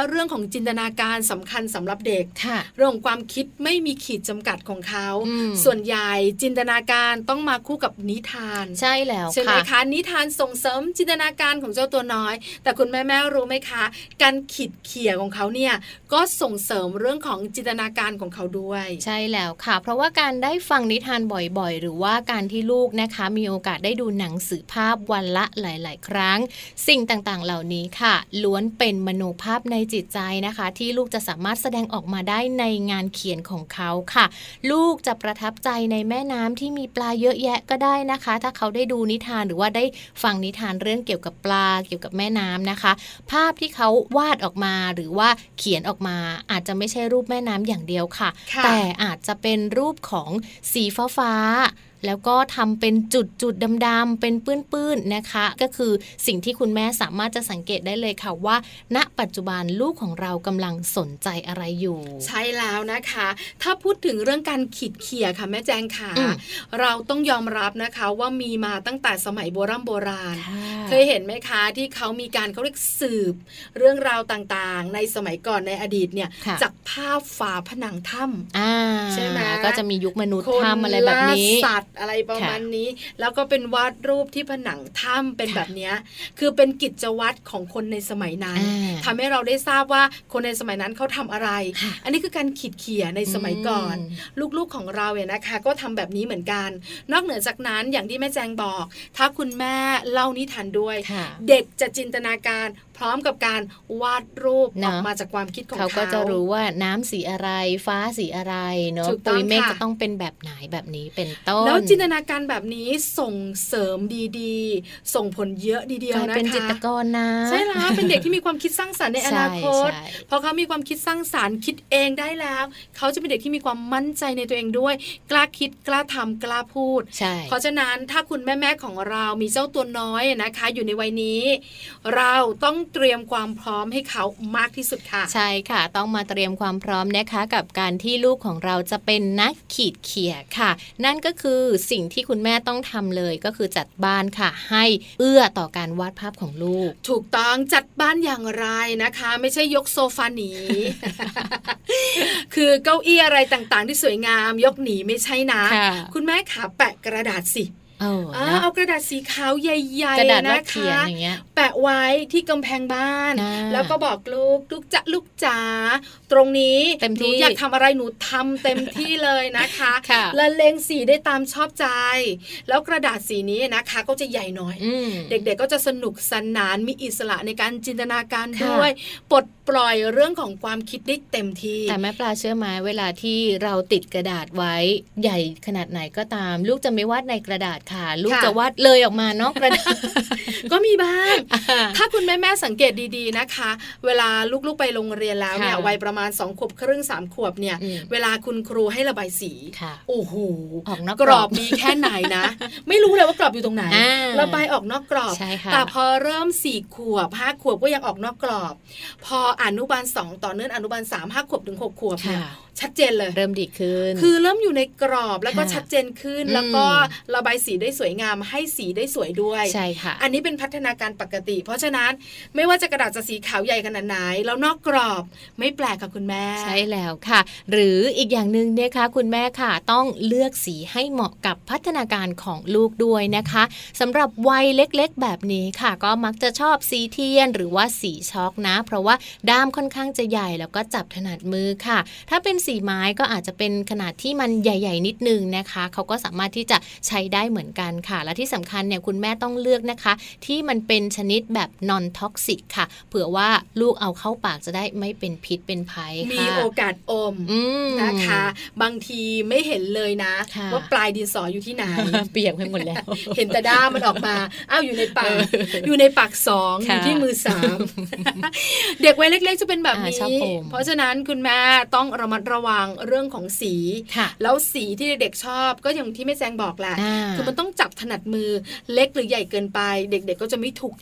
เรื่องของจินตนาการสำคัญสำหรับเด็กเรื่องของความคิดไม่มีขีดจำกัดของเขาส่วนใหญ่จินตนาการต้องมาคู่กับนิทานใช่แล้วใช่ไหมคะนิทานส่งเสริมจินตนาการของเจ้าตัวน้อยแต่คุณแม่แม่รู้ไหมคะการขีดเขี่ยของเขาเนี่ยก็ส่งเสริมเรื่องของจินตนาการของเขาด้วยใช่แล้วค่ะเพราะว่าการได้ฟังนิทานบ่อยๆหรือว่าการที่ลูกนะคะมีโอกาสได้ดูหนังสือภาพวันละหลายๆครั้งสิ่งต่างๆเหล่านี้ค่ะล้วนเป็นมโนภาพในจิตใจนะคะที่ลูกจะสามารถแสดงออกมาได้ในงานเขียนของเขาค่ะลูกจะประทับใจในแม่น้ำที่มีปลาเยอะแยะก็ได้นะคะถ้าเขาได้ดูนิทานหรือว่าได้ฟังนิทานเรื่องเกี่ยวกับปลาเกี่ยวกับแม่น้ำนะคะภาพที่เขาวาดออกมาหรือว่าเขียนออกมาอาจจะไม่ใช่รูปแม่น้ำอย่างเดียวค่ะแต่อาจจะเป็นรูปของสีฟ้าๆแล้วก็ทำเป็นจุดๆดำๆเป็นปื้นๆนะคะก็คือสิ่งที่คุณแม่สามารถจะสังเกตได้เลยค่ะว่าณปัจจุบันลูกของเรากำลังสนใจอะไรอยู่ใช่แล้วนะคะถ้าพูดถึงเรื่องการขีดเขี่ยค่ะแม่แจงค่ะเราต้องยอมรับนะคะว่ามีมาตั้งแต่สมัยโบราณโบราณเคยเห็นไหมคะที่เขามีการเขาเรียกสืบเรื่องราวต่างๆในสมัยก่อนในอดีตเนี่ยจากภาพฝาผนังถ้ำใช่ไหมก็จะมียุคมนุษย์ถ้ำอะไรแบบนี้สัตว์อะไรประมาณนี้แล้วก็เป็นวาดรูปที่ผนังถ้ำเป็นแบบนี้คือเป็นกิจวัตรของคนในสมัยนั้นทำให้เราได้ทราบว่าคนในสมัยนั้นเขาทำอะไรอันนี้คือการขีดเขี่ยในสมัยก่อนลูกๆของเราเนี่ยนะคะก็ทำแบบนี้เหมือนกันนอกเหนือจากนั้นอย่างที่แม่แจงบอกถ้าคุณแม่เล่านิทานด้วยเด็กจะจินตนาการพร้อมกับการวาดรูปออกมาจากความคิดของเขาเขาก็จะรู้ว่าน้ำสีอะไรฟ้าสีอะไรเนาะปุยเมฆจะต้องเป็นแบบไหนแบบนี้เป็นต้นแล้วจินตนาการแบบนี้ส่งเสริมดีๆส่งผลเยอะดีเดียวนะคะเป็นจิตรกรนะใช่แล้วเป็นเด็กที่มีความคิดสร้างสรรค์ในอนาคตพอเขามีความคิดสร้างสรรค์คิดเองได้แล้วเขาจะเป็นเด็กที่มีความมั่นใจในตัวเองด้วยกล้าคิดกล้าทำกล้าพูดเพราะฉะนั้นถ้าคุณแม่ๆของเรามีเจ้าตัวน้อยนะคะอยู่ในวัยนี้เราต้องเตรียมความพร้อมให้เขามากที่สุดค่ะใช่ค่ะต้องมาเตรียมความพร้อมนะคะกับการที่ลูกของเราจะเป็นนักขีดเขี่ยค่ะนั่นก็คือสิ่งที่คุณแม่ต้องทำเลยก็คือจัดบ้านค่ะให้เอื้อต่อการวาดภาพของลูกถูกต้องจัดบ้านอย่างไรนะคะไม่ใช่ยกโซฟาหนี คือเก้าอี้อะไรต่างๆที่สวยงามยกหนีไม่ใช่นะ คุณแม่ขาแปะกระดาษสิเอากระดาษสีขาวใหญ่ๆนะคะแปะไว้ที่กำแพงบ้านแล้วก็บอกลูกลูกจะลูกจ๋าตรงนี้หนูอยากทำอะไรหนูทำเต็มที่เลยนะคะละเลงสีได้ตามชอบใจแล้วกระดาษสีนี้นะคะก็จะใหญ่หน่อยเด็กๆก็จะสนุกสนานมีอิสระในการจินตนาการด้วยปลดปล่อยเรื่องของความคิดได้เต็มที่แต่แม่ปลาเชื่อไหมเวลาที่เราติดกระดาษไว้ใหญ่ขนาดไหนก็ตามลูกจะไม่วาดในกระดาษค่ะลูกจะวาดเลยออกมานอกกระดาษก็มีบ้างถ้าคุณแม่แม่สังเกตดีๆนะคะเวลาลูกๆไปโรงเรียนแล้วเนี่ยวัยประมาณสองขวบครึ่งสามขวบเนี่ยเวลาคุณครูให้ระบายสีโอ้โหออกนอกกรอบมีแค่ไหนนะไม่รู้เลยว่ากรอบอยู่ตรงไหนระบายออกนอกกรอบแต่พอเริ่มสี่ขวบห้าขวบก็ยังออกนอกกรอบพออนุบาลสองต่อเนื่องอนุบาลสามห้าขวบถึงหกขวบเนี่ยชัดเจนเลยเริ่มดีขึ้นคือเริ่มอยู่ในกรอบแล้วก็ชัดเจนขึ้นแล้วก็ระบายสีได้สวยงามให้สีได้สวยด้วยใช่ค่ะอันนี้เป็นพัฒนาการปกติเพราะฉะนั้นไม่ว่าจะกระดาษจะสีขาวใหญ่ขนาดไหนแล้วนอกกรอบไม่แปลกค่ะคุณแม่ใช่แล้วค่ะหรืออีกอย่างนึงนะคะคุณแม่ค่ะต้องเลือกสีให้เหมาะกับพัฒนาการของลูกด้วยนะคะสำหรับวัยเล็กๆแบบนี้ค่ะก็มักจะชอบสีเทียนหรือว่าสีช็อกนะเพราะว่าด้ามค่อนข้างจะใหญ่แล้วก็จับถนัดมือค่ะถ้าเป็นสีไม้ก็อาจจะเป็นขนาดที่มันใหญ่ๆนิดนึงนะคะเขาก็สามารถที่จะใช้ได้เหมือนกันค่ะและที่สำคัญเนี่ยคุณแม่ต้องเลือกนะคะที่มันเป็นชนิดแบบ non toxic ค่ะเผื่อว่าลูกเอาเข้าปากจะได้ไม่เป็นพิษเป็นภัยค่ะมีโอกาสอมนะคะบางทีไม่เห็นเลยนะว่าปลายดินสออยู่ที่ไหนเปียกไปหมดแล้วเห็นแต่ด้ามมันออกมาอ้าวอยู่ในปากอยู่ในปากสองอยู่ที่มือสามเด็กวัยเล็กๆจะเป็นแบบนี้เพราะฉะนั้นคุณแม่ต้องระมัดระวังเรื่องของสีแล้วสีที่เด็กๆชอบก็อย่างที่แม่แจงบอกแหละคือมันต้องจับถนัดมือเล็กหรือใหญ่เกินไปเด็กๆก็จะไม่ถูกใจ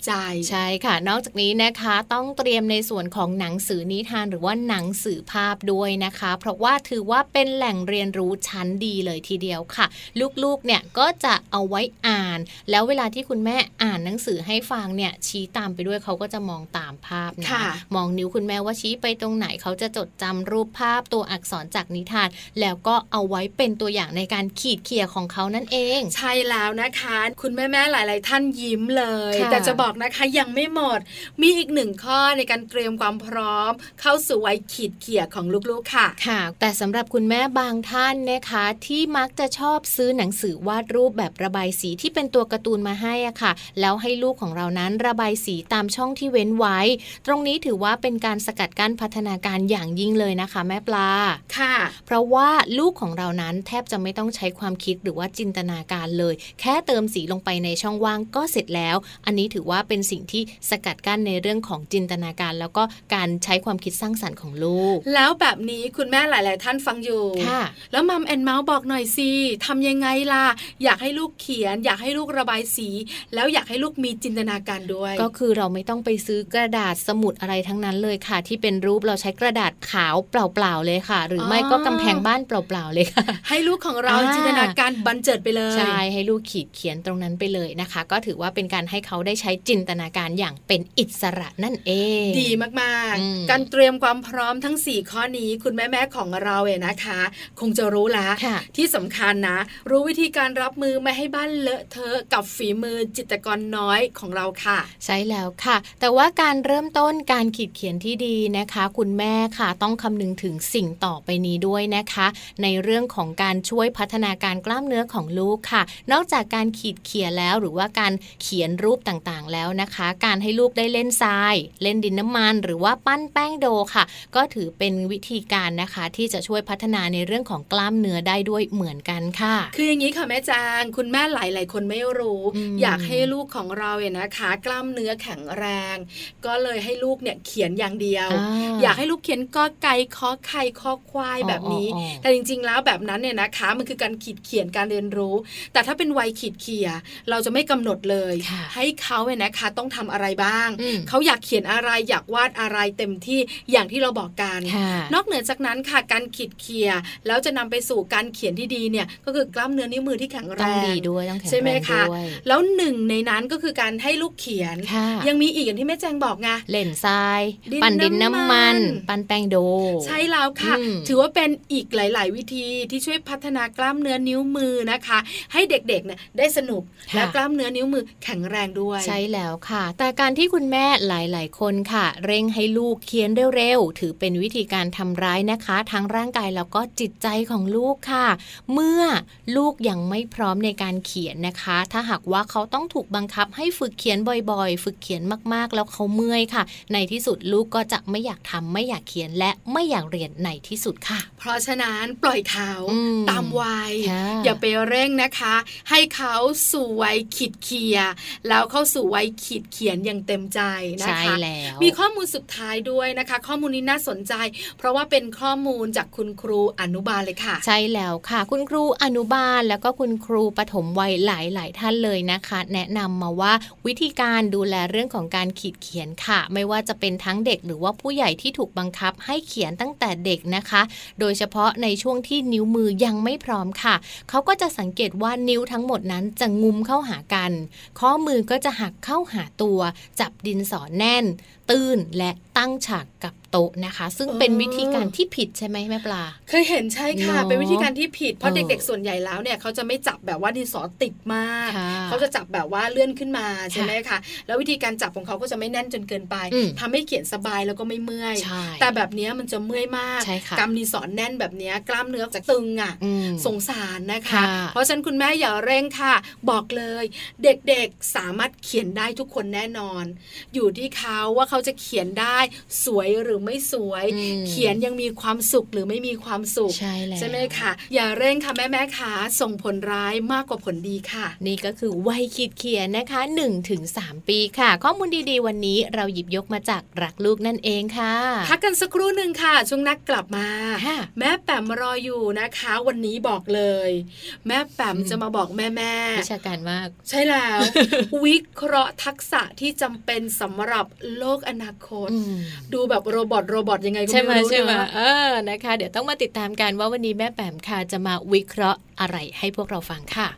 ใจใช่ค่ะนอกจากนี้นะคะต้องเตรียมในส่วนของหนังสือนิทานหรือว่าหนังสือภาพด้วยนะคะเพราะว่าถือว่าเป็นแหล่งเรียนรู้ชั้นดีเลยทีเดียวค่ะลูกๆเนี่ยก็จะเอาไว้อ่านแล้วเวลาที่คุณแม่อ่านหนังสือให้ฟังเนี่ยชี้ตามไปด้วยเขาก็จะมองตามภาพนะมองนิ้วคุณแม่ว่าชี้ไปตรงไหนเขาจะจดจำรูปภาพตัวอักษรจากนิทานแล้วก็เอาไว้เป็นตัวอย่างในการขีดเขี่ยของเขานั่นเองใช่แล้วนะคะคุณแม่ๆหลายๆท่านยิ้มเลยแต่จะบอกนะคะยังไม่หมดมีอีกหนึ่งข้อในการเตรียมความพร้อมเข้าสู่วัยขีดเขี่ยของลูกๆค่ะค่ะแต่สำหรับคุณแม่บางท่านนะคะที่มักจะชอบซื้อหนังสือวาดรูปแบบระบายสีที่เป็นตัวการ์ตูนมาให้อ่ะค่ะแล้วให้ลูกของเรานั้นระบายสีตามช่องที่เว้นไว้ตรงนี้ถือว่าเป็นการสกัดกั้นพัฒนาการอย่างยิ่งเลยนะคะแม่ปลาค่ะเพราะว่าลูกของเรานั้นแทบจะไม่ต้องใช้ความคิดหรือว่าจินตนาการเลยแค่เติมสีลงไปในช่องว่างก็เสร็จแล้วอันนี้ถือว่าเป็นสิ่งที่สกัดกั้นในเรื่องของจินตนาการแล้วก็การใช้ความคิดสร้างสรรค์ของลูกแล้วแบบนี้คุณแม่หลายๆท่านฟังอยู่แล้วมัมแอนเมาส์บอกหน่อยสิทำยังไงล่ะอยากให้ลูกเขียนอยากให้ลูกระบายสีแล้วอยากให้ลูกมีจินตนาการด้วยก็คือเราไม่ต้องไปซื้อกระดาษสมุดอะไรทั้งนั้นเลยค่ะที่เป็นรูปเราใช้กระดาษขาวเปล่าๆเลยค่ะหรือไม่ก็กำแพงบ้านเปล่าๆเลยค่ะให้ลูกของเราจินตนาการบันเจิดไปเลยใช่ให้ลูกขีดเขียนตรงนั้นไปเลยนะคะก็ถือว่าเป็นการให้เขาได้ใช้จินตนาการอย่างเป็นอิสระนั่นเองดีมากๆการเตรียมความพร้อมทั้งสี่ข้อนี้คุณแม่ๆของเราเองนะคะคงจะรู้แล้วที่สำคัญนะรู้วิธีการรับมือไม่ให้บ้านเลอะเทอะกับฝีมือจิตรกรน้อยของเราค่ะใช่แล้วค่ะแต่ว่าการเริ่มต้นการขีดเขียนที่ดีนะคะคุณแม่ค่ะต้องคำนึงถึงสิ่งต่อไปนี้ด้วยนะคะในเรื่องของการช่วยพัฒนาการกล้ามเนื้อของลูกค่ะนอกจากการขีดเขียนแล้วหรือว่าการเขียนรูปต่างๆแล้วนะคะการให้ลูกได้เล่นทรายเล่นดินน้ำมันหรือว่าปั้นแป้งโดค่ะก็ถือเป็นวิธีการนะคะที่จะช่วยพัฒนาในเรื่องของกล้ามเนื้อได้ด้วยเหมือนกันค่ะคืออย่างนี้ค่ะแม่จางคุณแม่หลายๆคนไม่รู้ออยากให้ลูกของเราเนี่ยนะคะกล้ามเนื้อแข็งแรงก็เลยให้ลูกเนี่ยเขียนอย่างเดียวอ อยากให้ลูกเขียนกอไก่ขอไข่ขอควายแบบนี้แต่จริงๆแล้วแบบนั้นเนี่ยนะคะมันคือการขีดเขียนการเรียนรู้แต่ถ้าเป็นวัยขีดเขียเราจะไม่กำหนดเลยให้เขาเนี่ยนะคะต้องทำอะไรบ้างเขาอยากเขียนอะไรอยากวาดอะไรเต็มที่อย่างที่เราบอกกันนอกเหนือจากนั้นค่ะการขีดเขียแล้วจะนำไปสู่การเขียนที่ดีเนี่ยก็คือกล้ามเนื้อนิ้วมือที่แข็งแรงต้องดีด้วยต้องแข็งแรงด้วยใช่ไหมคะแล้วหนึ่งในนั้นก็คือการให้ลูกเขียนยังมีอีกอย่างที่แม่แจงบอกไงเล่นทรายปั่นดินน้ำมันปั่นแป้งโดใช่แล้วค่ะถือว่าเป็นอีกหลายๆวิธีที่ช่วยพัฒนากล้ามเนื้อนิ้วมือนะคะให้เด็กๆเนี่ยได้สนุกและกล้ามเนื้อนิ้วมือแข็งแรงด้วยใช่แล้วค่ะแต่การที่คุณแม่หลายๆคนค่ะเร่งให้ลูกเขียนเร็วๆถือเป็นวิธีการทำร้ายนะคะทั้งร่างกายแล้วก็จิตใจของลูกค่ะเมื่อลูกยังไม่พร้อมในการเขียนนะคะถ้าหากว่าเขาต้องถูกบังคับให้ฝึกเขียนบ่อยๆฝึกเขียนมากๆแล้วเขาเมื่อยค่ะในที่สุดลูกก็จะไม่อยากทำไม่อยากเขียนและไม่อยากเรียนในที่สุดค่ะเพราะฉะนั้นปล่อยเขาตามวัยอย่าไปเร่งนะคะให้เขาสู่วัยขีดเขียแล้วเข้าสู่วัยขีดเขียนอย่างเต็มใจนะคะมีข้อมูลสุดท้ายด้วยนะคะข้อมูลนี้น่าสนใจเพราะว่าเป็นข้อมูลจากคุณครูอนุบาลเลยค่ะใช่แล้วค่ะคุณครูอนุบาลแล้วก็คุณครูปฐมวัยหลายๆท่านเลยนะคะแนะนำมาว่าวิธีการดูแลเรื่องของการขีดเขียนค่ะไม่ว่าจะเป็นทั้งเด็กหรือว่าผู้ใหญ่ที่ถูกบังคับให้เขียนตั้งแต่เด็กนะคะโดยเฉพาะในช่วงที่นิ้วมือยังไม่พร้อมค่ะเขาก็จะสังเกตว่านิ้วทั้งหมดนั้นจะงุ้มเข้าหากันข้อมือก็จะหักเข้าหาตัวจับดินสอแน่นตื้นและตั้งฉากกับโต๊ะนะคะซึ่งเป็นวิธีการที่ผิดใช่ไหมแม่ปลาเคยเห็นใช่ค่ะเป็นวิธีการที่ผิดเพราะเด็กๆส่วนใหญ่แล้วเนี่ยเขาจะไม่จับแบบว่าดินสอติดมากเขาจะจับแบบว่าเลื่อนขึ้นมาใช่ไหมคะแล้ววิธีการจับของเขาก็จะไม่แน่นจนเกินไปทำให้เขียนสบายแล้วก็ไม่เมื่อยแต่แบบนี้มันจะเมื่อยมากกำดินสอแน่นแบบนี้กล้ามเนื้อจะตึงอ่ะสงสารนะคะเพราะฉะนั้นคุณแม่อย่าเร่งค่ะบอกเลยเด็กๆสามารถเขียนได้ทุกคนแน่นอนอยู่ที่เขาว่าเขาจะเขียนได้สวยหรือไม่สวยเขียนยังมีความสุขหรือไม่มีความสุขใช่แล้วใช่ไหมคะอย่าเร่งค่ะแม่แม่ขาส่งผลร้ายมากกว่าผลดีค่ะนี่ก็คือวัยขีดเขียนนะคะ หนึ่งถึงสาม ปีค่ะข้อมูลดีๆวันนี้เราหยิบยกมาจากรักลูกนั่นเองค่ะพักกันสักครู่นึงค่ะช่วงนักกลับมาแม่แป๋มรออยู่นะคะวันนี้บอกเลยแม่แป๋มจะมาบอกแม่แม่วิชาการมากใช่แล้ว วิเคราะห์ทักษะที่จำเป็นสำหรับโลกอนาคตดูแบบโรบอทโรบอทยังไงก็ไม่รู้ใช่ไหมเออนะคะเดี๋ยวต้องมาติดตามกันว่าวันนี้แม่แปมค่ะจะมาวิเคราะห์อะไรให้พวกเราฟังค่ะ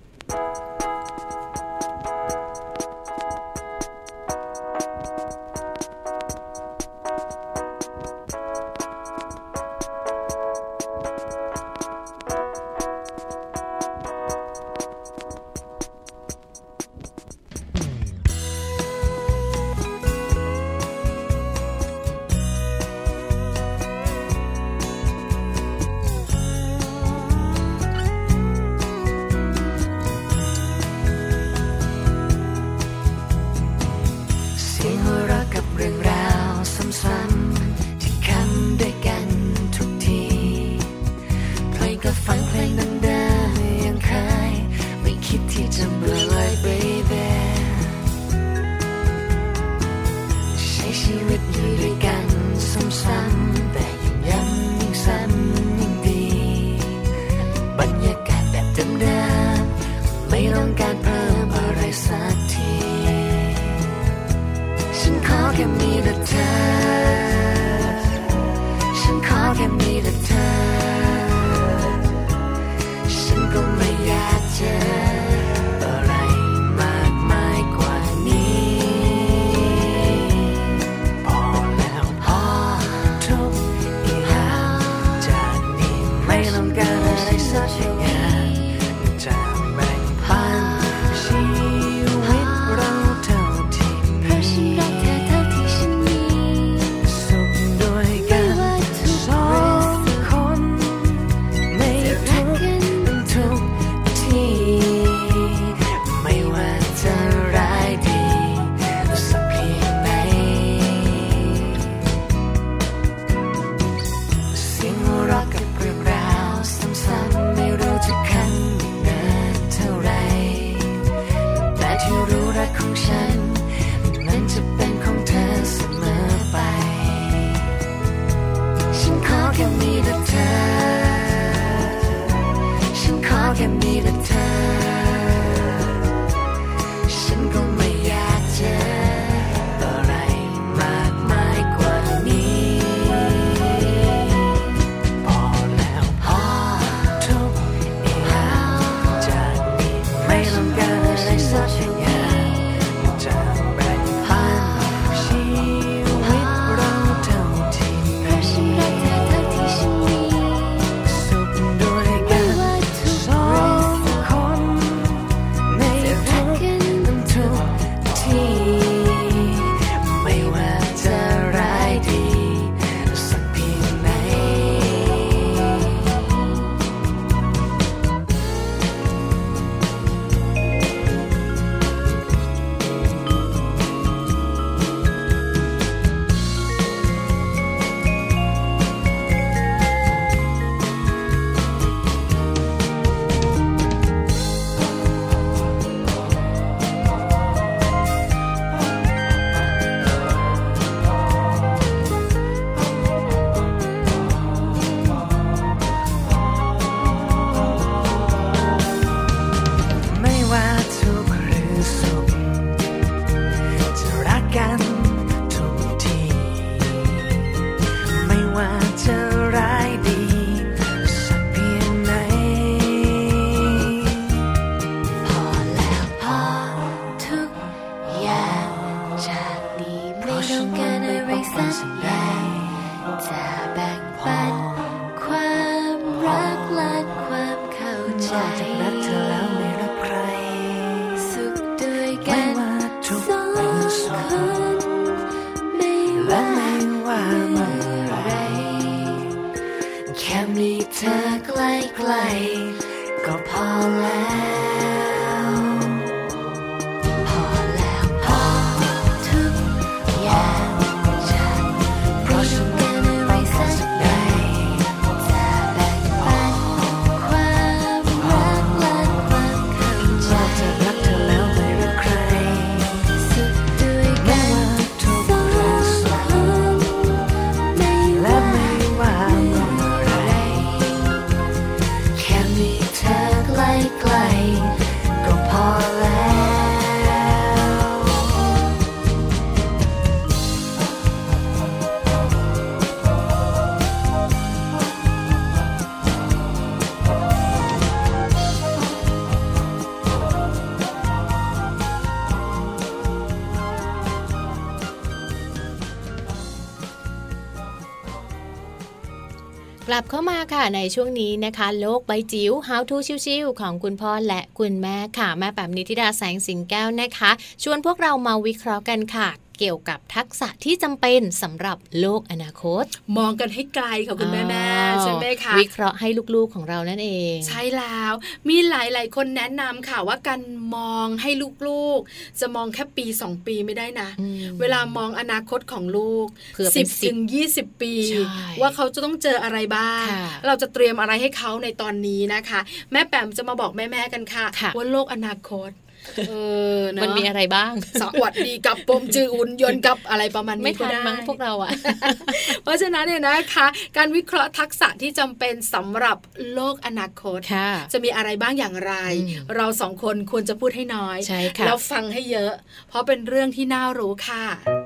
กลับเข้ามาค่ะในช่วงนี้นะคะโลกใบจิ๋ว How to ชิวๆของคุณพ่อและคุณแม่ค่ะแม่แป๋มนิธิดาแสงสิงแก้วนะคะชวนพวกเรามาวิเคราะห์กันค่ะเกี่ยวกับทักษะที่จำเป็นสำหรับโลกอนาคตมองกันให้ไกลค่ะคุณแม่ๆใช่ไหมคะวิเคราะห์ให้ลูกๆของเรานั่นเองใช่แล้วมีหลายๆคนแนะนำค่ะว่าการมองให้ลูกๆจะมองแค่ปีสองปีไม่ได้นะเวลามองอนาคตของลูกสิบถึงยี่สิบปีว่าเขาจะต้องเจออะไรบ้างเราจะเตรียมอะไรให้เขาในตอนนี้นะคะแม่แป๋มจะมาบอกแม่ๆกันค่ะว่าโลกอนาคตเออมันมีอะไรบ้างสวัสดีกับปมจืออุ่นยนต์กับอะไรประมาณนี้ไม่ทันมั้งพวกเราอ่ะเพราะฉะนั้นเนี่ยนะคะการวิเคราะห์ทักษะที่จำเป็นสำหรับโลกอนาคตจะมีอะไรบ้างอย่างไรเราสองคนควรจะพูดให้น้อยแล้วฟังให้เยอะเพราะเป็นเรื่องที่น่ารู้ค่ะ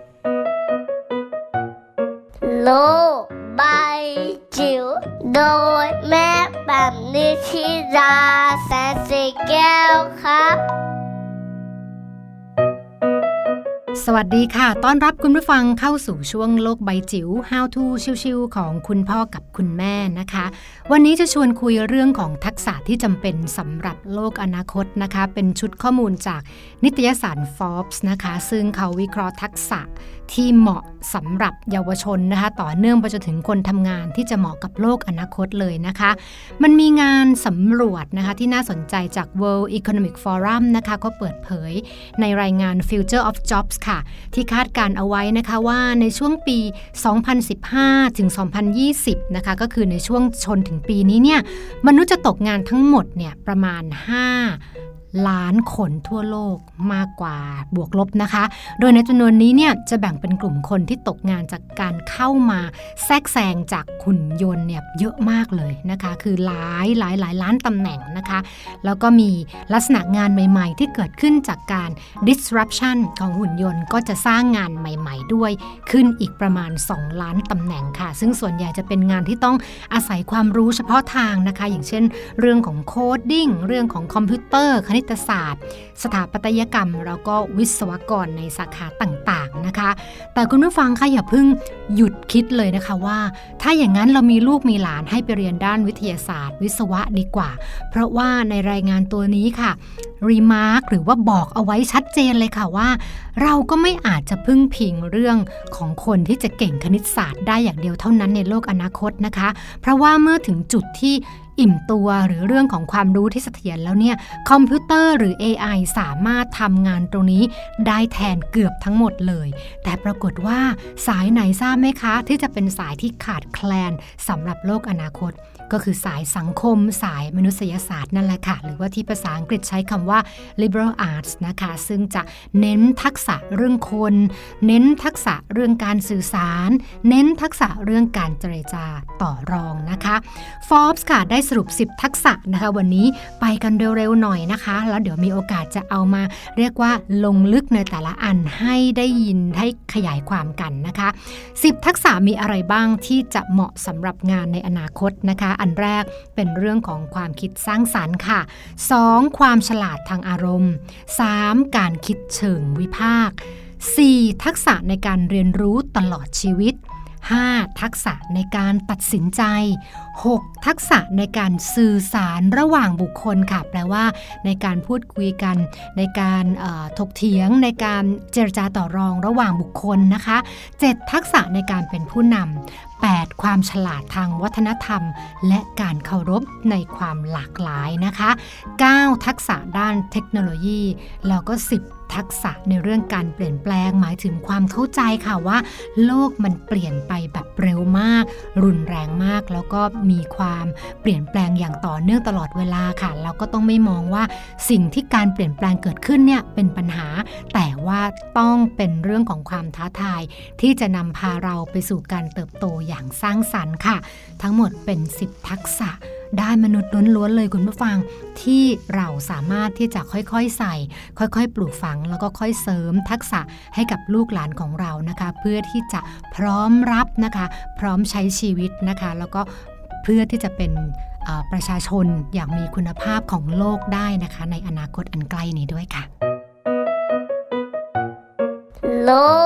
โลกใบจิ๋วโดยแม่แป๋มนิธิดาแสนสีแก้วครับสวัสดีค่ะต้อนรับคุณผู้ฟังเข้าสู่ช่วงโลกใบจิ๋ว How to ชิวๆของคุณพ่อกับคุณแม่นะคะวันนี้จะชวนคุยเรื่องของทักษะที่จำเป็นสำหรับโลกอนาคตนะคะเป็นชุดข้อมูลจากนิตยสาร Forbes นะคะซึ่งเขาวิเคราะห์ทักษะที่เหมาะสำหรับเยาวชนนะคะต่อเนื่องไปจนถึงคนทำงานที่จะเหมาะกับโลกอนาคตเลยนะคะมันมีงานสำรวจนะคะที่น่าสนใจจาก World Economic Forum นะคะก็เปิดเผยในรายงาน Future of Jobs ค่ะที่คาดการเอาไว้นะคะว่าในช่วงปีสองพันสิบห้าถึงสองพันยี่สิบนะคะก็คือในช่วงชนถึงปีนี้เนี่ยมนุษย์จะตกงานทั้งหมดเนี่ยประมาณห้าล้านคนทั่วโลกมากกว่าบวกลบนะคะโดยในจำนวนนี้เนี่ยจะแบ่งเป็นกลุ่มคนที่ตกงานจากการเข้ามาแทรกแซงจากหุ่นยนต์เนี่ยเยอะมากเลยนะคะคือหลายหลายหลายล้านตำแหน่งนะคะแล้วก็มีลักษณะงานใหม่ๆที่เกิดขึ้นจากการ disruption ของหุ่นยนต์ก็จะสร้างงานใหม่ๆด้วยขึ้นอีกประมาณสองล้านตำแหน่งค่ะซึ่งส่วนใหญ่จะเป็นงานที่ต้องอาศัยความรู้เฉพาะทางนะคะอย่างเช่นเรื่องของโคดดิ้งเรื่องของคอมพิวเตอร์คณิตศาสตร์สถาปัตยกรรมแล้วก็วิศวกรในสาขาต่างๆนะคะแต่คุณผู้ฟังคะอย่าเพิ่งหยุดคิดเลยนะคะว่าถ้าอย่างนั้นเรามีลูกมีหลานให้ไปเรียนด้านวิทยาศาสตร์วิศวะดีกว่าเพราะว่าในรายงานตัวนี้ค่ะรีมาร์คหรือว่าบอกเอาไว้ชัดเจนเลยค่ะว่าเราก็ไม่อาจจะพึ่งพิงเรื่องของคนที่จะเก่งคณิตศาสตร์ได้อย่างเดียวเท่านั้นในโลกอนาคตนะคะเพราะว่าเมื่อถึงจุดที่อิ่มตัวหรือเรื่องของความรู้ที่เสถียรแล้วเนี่ยคอมพิวเตอร์หรือ เอ ไอ สามารถทำงานตรงนี้ได้แทนเกือบทั้งหมดเลยแต่ปรากฏว่าสายไหนทราบไหมคะที่จะเป็นสายที่ขาดแคลนสำหรับโลกอนาคตก็คือสายสังคมสายมนุษยศาสตร์นั่นแหละค่ะหรือว่าที่ภาษาอังกฤษใช้คำว่า liberal arts นะคะซึ่งจะเน้นทักษะเรื่องคนเน้นทักษะเรื่องการสื่อสารเน้นทักษะเรื่องการเจรจาต่อรองนะคะ Forbes ค่ะได้สรุปสิบทักษะนะคะวันนี้ไปกันเร็วๆหน่อยนะคะแล้วเดี๋ยวมีโอกาสจะเอามาเรียกว่าลงลึกในแต่ละอันให้ได้ยินให้ขยายความกันนะคะสิบทักษะมีอะไรบ้างที่จะเหมาะสำหรับงานในอนาคตนะคะอันแรกเป็นเรื่องของความคิดสร้างสรรค์ค่ะสองความฉลาดทางอารมณ์สามการคิดเชิงวิพากษ์สี่ทักษะในการเรียนรู้ตลอดชีวิตห้าทักษะในการตัดสินใจหกทักษะในการสื่อสารระหว่างบุคคลค่ะแปลว่าในการพูดคุยกันในการถกเถียงในการเจรจาต่อรองระหว่างบุคคลนะคะเจ็ดทักษะในการเป็นผู้นำแปดความฉลาดทางวัฒนธรรมและการเคารพในความหลากหลายนะคะเก้าทักษะด้านเทคโนโลยีแล้วก็สิบทักษะในเรื่องการเปลี่ยนแปลงหมายถึงความเข้าใจค่ะว่าโลกมันเปลี่ยนไปแบบเร็วมากรุนแรงมากแล้วก็มีความเปลี่ยนแปลงอย่างต่อเนื่องตลอดเวลาค่ะแล้วก็ต้องไม่มองว่าสิ่งที่การเปลี่ยนแปลงเกิดขึ้นเนี่ยเป็นปัญหาแต่ว่าต้องเป็นเรื่องของความท้าทายที่จะนำพาเราไปสู่การเติบโตอย่างสร้างสรรค์ค่ะทั้งหมดเป็นสิบทักษะได้มนุษย์ล้วนๆเลยคุณผู้ฟังที่เราสามารถที่จะค่อยๆใส่ค่อยๆปลูกฝังแล้วก็ค่อยเสริมทักษะให้กับลูกหลานของเรานะคะเพื่อที่จะพร้อมรับนะคะพร้อมใช้ชีวิตนะคะแล้วก็เพื่อที่จะเป็นประชาชนอย่างมีคุณภาพของโลกได้นะคะในอนาคตอันใกล้นี้ด้วยค่ะโลกใ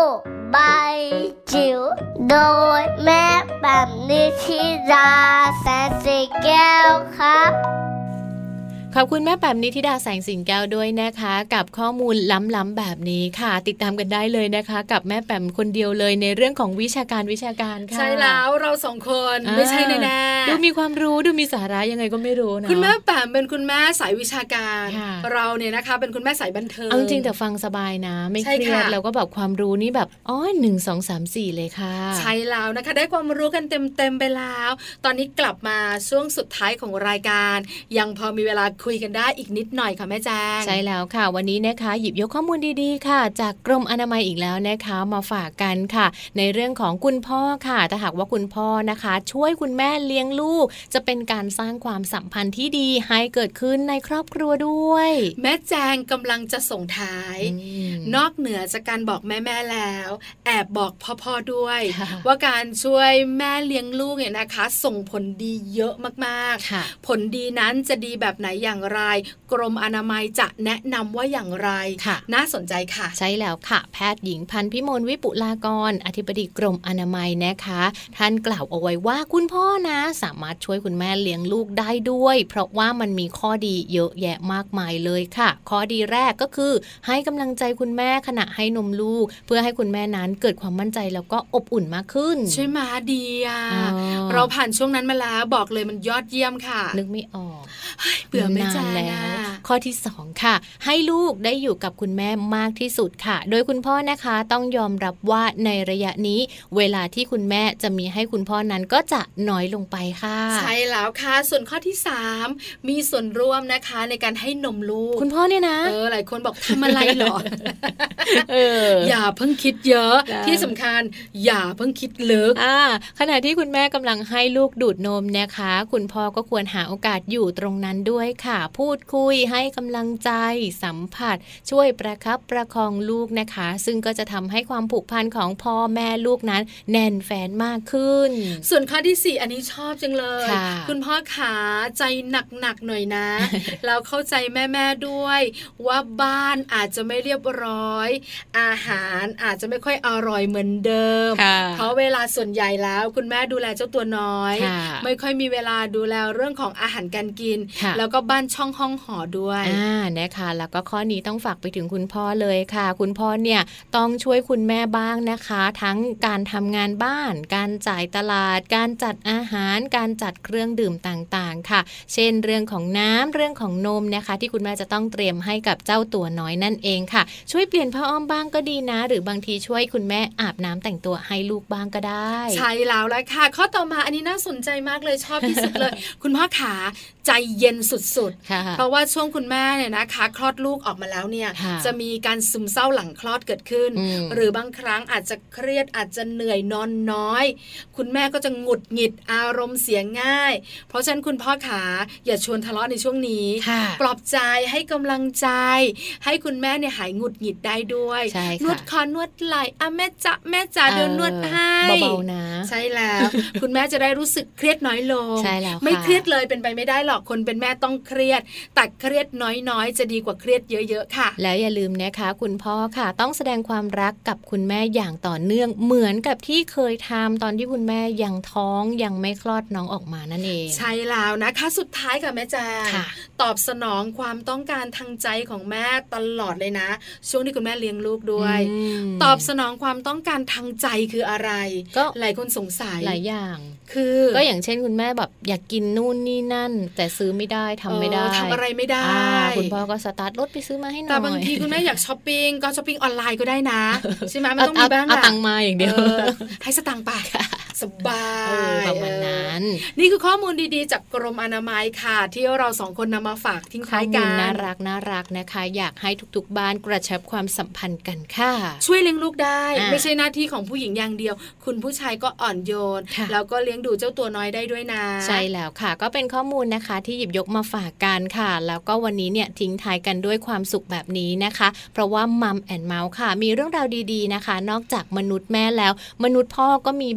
ใบจิ๋วโดยแม่แบบนิชิราแสนสีแก้วครับขอบคุณแม่แป๋มนิธิดาแสงสิงแก้วด้วยนะคะกับข้อมูลล้ำๆแบบนี้ค่ะติดตามกันได้เลยนะคะกับแม่แป๋มคนเดียวเลยในเรื่องของวิชาการวิชาการค่ะใช่แล้วเราสองคนไม่ใช่แน่ๆดูมีความรู้ดูมีสาระยังไงก็ไม่รู้นะคุณแม่แป๋มเป็นคุณแม่สายวิชาการเราเนี่ยนะคะเป็นคุณแม่สายบันเทิงเอาจริงแต่ฟังสบายนะไม่เครียดแล้วก็แบบความรู้นี่แบบอ๋อหนึ่งสองสามสี่เลยค่ะใช่แล้วนะคะได้ความรู้กันเต็มๆไปแล้วตอนนี้กลับมาช่วงสุดท้ายของรายการยังพอมีเวลาคุยกันได้อีกนิดหน่อยค่ะแม่แจ้งใช่แล้วค่ะวันนี้นะคะหยิบยกข้อมูลดีๆค่ะจากกรมอนามัยอีกแล้วนะคะมาฝากกันค่ะในเรื่องของคุณพ่อค่ะถ้าหากว่าคุณพ่อนะคะช่วยคุณแม่เลี้ยงลูกจะเป็นการสร้างความสัมพันธ์ที่ดีให้เกิดขึ้นในครอบครัวด้วยแม่แจงกำลังจะส่งท้ายนอกเหนือจากการบอกแม่ๆแล้วแอบบอกพ่อๆด้วยว่าการช่วยแม่เลี้ยงลูกเนี่ยนะคะส่งผลดีเยอะมากๆผลดีนั้นจะดีแบบไหนอย่างไรกรมอนามัยจะแนะนำว่าอย่างไรน่าสนใจค่ะใช่แล้วค่ะแพทย์หญิงพันธุ์พิมลวิปุลากรอธิบดีกรมอนามัยนะคะท่านกล่าวเอาไว้ว่าคุณพ่อนะสามารถช่วยคุณแม่เลี้ยงลูกได้ด้วยเพราะว่ามันมีข้อดีเยอะแยะมากมายเลยค่ะข้อดีแรกก็คือให้กำลังใจคุณแม่ขณะให้นมลูกเพื่อให้คุณแม่นั้นเกิดความมั่นใจแล้วก็อบอุ่นมากขึ้นใช่ไหมดีอ่ะเราผ่านช่วงนั้นมาแล้วบอกเลยมันยอดเยี่ยมค่ะนึกไม่ออกเบื่อไม่จางแล้วข้อที่สองค่ะให้ลูกได้อยู่กับคุณแม่มากที่สุดค่ะโดยคุณพ่อนะคะต้องยอมรับว่าในระยะนี้เวลาที่คุณแม่จะมีให้คุณพ่อนั้นก็จะน้อยลงไปค่ะใช่แล้วค่ะส่วนข้อที่สามมีส่วนร่วมนะคะในการให้นมลูกคุณพ่อเนี่ยนะเออหลายคนบอกทำอะไรหรอ เอออย่าเพิ่งคิดเยอะที่สำคัญอย่าเพิ่งคิดลึกอ่าขณะที่คุณแม่กำลังให้ลูกดูดนมนะคะคุณพ่อก็ควรหาโอกาสอยู่ตรงนั้นด้วยค่ะพูดคุยให้กำลังใจสัมผัสช่วยประคับประคองลูกนะคะซึ่งก็จะทำให้ความผูกพันของพ่อแม่ลูกนั้นแน่นแฟ้นมากขึ้นส่วนข้อที่สี่อันนี้ชอบจังเลยคุณพ่อขาใจหนักๆหน่อยนะ แล้วเข้าใจแม่ๆด้วยว่าบ้านอาจจะไม่เรียบร้อยอาหารอาจจะไม่ค่อยอร่อยเหมือนเดิมเพราะเวลาส่วนใหญ่แล้วคุณแม่ดูแลเจ้าตัวน้อยไม่ค่อยมีเวลาดูแลเรื่องของอาหารการกินแล้วก็บ้านช่องห้องหอด้วยอ่านะคะแล้วก็ข้อนี้ต้องฝากไปถึงคุณพ่อเลยค่ะคุณพ่อเนี่ยต้องช่วยคุณแม่บ้างนะคะทั้งการทำงานบ้านการจ่ายตลาดการจัดอาหารการจัดเครื่องดื่มต่างๆค่ะเช่นเรื่องของน้ำเรื่องของนมนะคะที่คุณแม่จะต้องเตรียมให้กับเจ้าตัวน้อยนั่นเองค่ะช่วยเปลี่ยนผ้าอ้อมบ้างก็ดีนะหรือบางทีช่วยคุณแม่อาบน้ำแต่งตัวให้ลูกบ้างก็ได้ใช่แล้วละค่ะข้อต่อมาอันนี้น่าสนใจมากเลยชอบที่สุดเลย คุณพ่อขาใจเย็นสุดๆเพราะว่าช่วงคุณแม่เนี่ยนะคะคลอดลูกออกมาแล้วเนี่ยจะมีการซึมเศร้าหลังคลอดเกิดขึ้นหรือบางครั้งอาจจะเครียดอาจจะเหนื่อยนอนน้อยคุณแม่ก็จะหงุดหงิดอารมณ์เสียง่ายเพราะฉะนั้นคุณพ่อขาอย่าชวนทะเลาะในช่วงนี้ปลอบใจให้กำลังใจให้คุณแม่เนี่ยหายหงุดหงิดได้ด้วยนวดคอนวดไหล่อ่ะแม่จ๊ะแม่จ๋าเดินนวดให้เบาๆนะใช่แล้วคุณแม่จะได้รู้สึกเครียดน้อยลงไม่เครียดเลยเป็นไปไม่ได้หรอกคนเป็นแม่ต้องเครียดแต่เครียดน้อยๆจะดีกว่าเครียดเยอะๆค่ะแล้วอย่าลืมนะคะคุณพ่อค่ะต้องแสดงความรักกับคุณแม่อย่างต่อเนื่องเหมือนกับที่เคยทำตอนที่คุณแม่ยังท้องยังไม่คลอดน้องออกมานั่นเองใช่แล้วนะคะสุดท้ายค่ะแม่แจงตอบสนองความต้องการทางใจของแม่ตลอดเลยนะช่วงที่คุณแม่เลี้ยงลูกด้วยตอบสนองความต้องการทางใจคืออะไรก็หลายคนสงสัยหลายอย่างคือก็อย่างเช่นคุณแม่แบบอยากกินนู่นนี่นั่นแต่ซื้อไม่ได้ทำไม่ได้ทำอะไรไม่ได้คุณพ่อก็สตาร์ทรถไปซื้อมาให้หน่อยแต่บางทีคุณแม่อยากช้อปปิ้งก็ช้อปปิ้งออนไลน์ก็ได้นะใช่ไหมมันต้องมีบ้างเอาตังค์มาอย่างเดียวให้สตังค์ไปสบายประมาณนั้นนี่คือข้อมูลดีๆจากกรมอนามัยค่ะที่เราสองคนนำมาฝากทิ้งท้ายกันน่ารักน่ารักนะคะอยากให้ทุกๆบ้านกระชับความสัมพันธ์กันค่ะช่วยเลี้ยงลูกได้ไม่ใช่หน้าที่ของผู้หญิงอย่างเดียวคุณผู้ชายก็อ่อนโยนแล้วก็เลี้ยงดูเจ้าตัวน้อยได้ด้วยนะใช่แล้วค่ะก็เป็นข้อมูลนะคะที่หยิบยกมาฝากกันค่ะแล้วก็วันนี้เนี่ยทิ้งท้ายกันด้วยความสุขแบบนี้นะคะเพราะว่ามัมแอนด์เมาส์ค่ะมีเรื่องราวดีๆนะคะนอกจากมนุษย์แม่แล้วมนุษย์พ่อก็มีบ้างบาง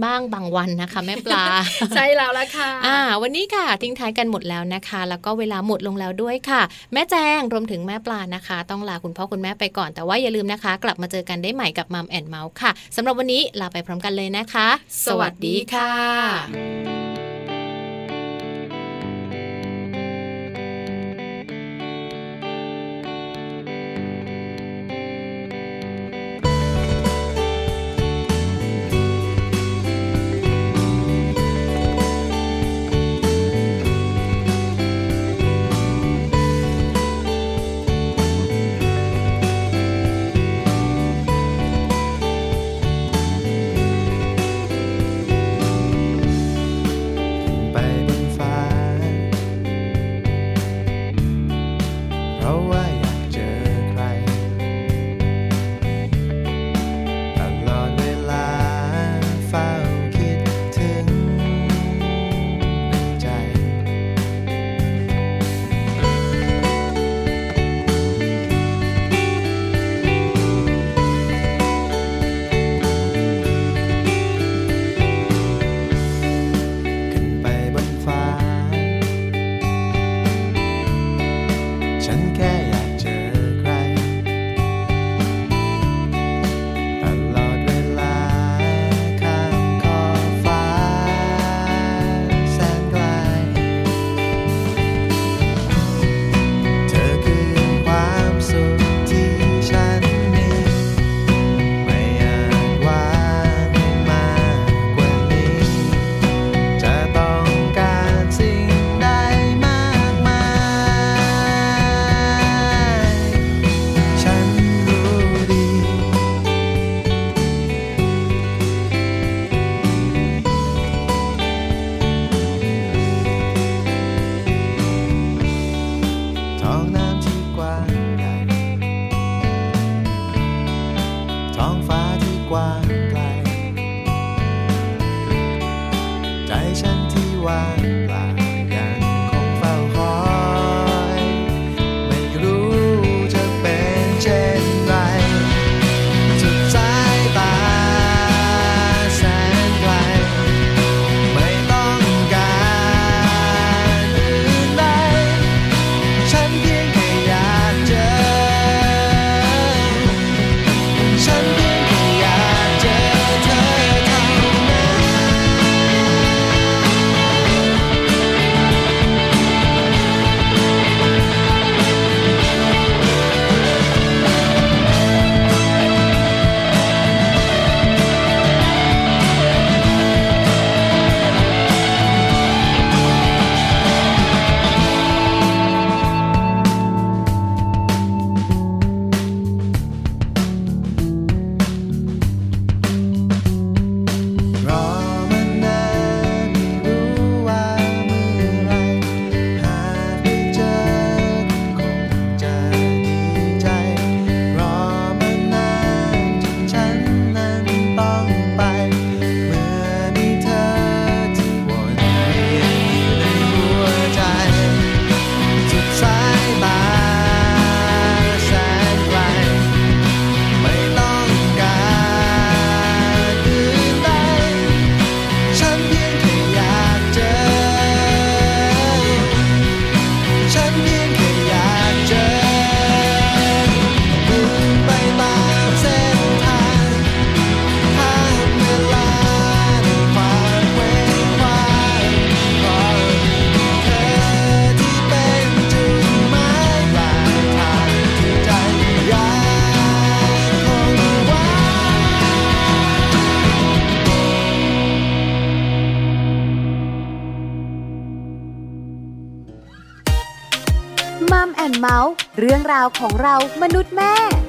วันนะคะแม่ปลาใช่แล้วละค่ะอ่าวันนี้ค่ะทิ้งท้ายกันหมดแล้วนะคะแล้วก็เวลาหมดลงแล้วด้วยค่ะแม่แจงรวมถึงแม่ปลานะคะต้องลาคุณพ่อคุณแม่ไปก่อนแต่ว่าอย่าลืมนะคะกลับมาเจอกันได้ใหม่กับมัมแอนด์เมาส์ค่ะสำหรับวันนี้ลาไปพร้อมกันเลยนะคะสวัสดีค่ะมัมแอนด์เมาส์เรื่องราวของเรามนุษย์แม่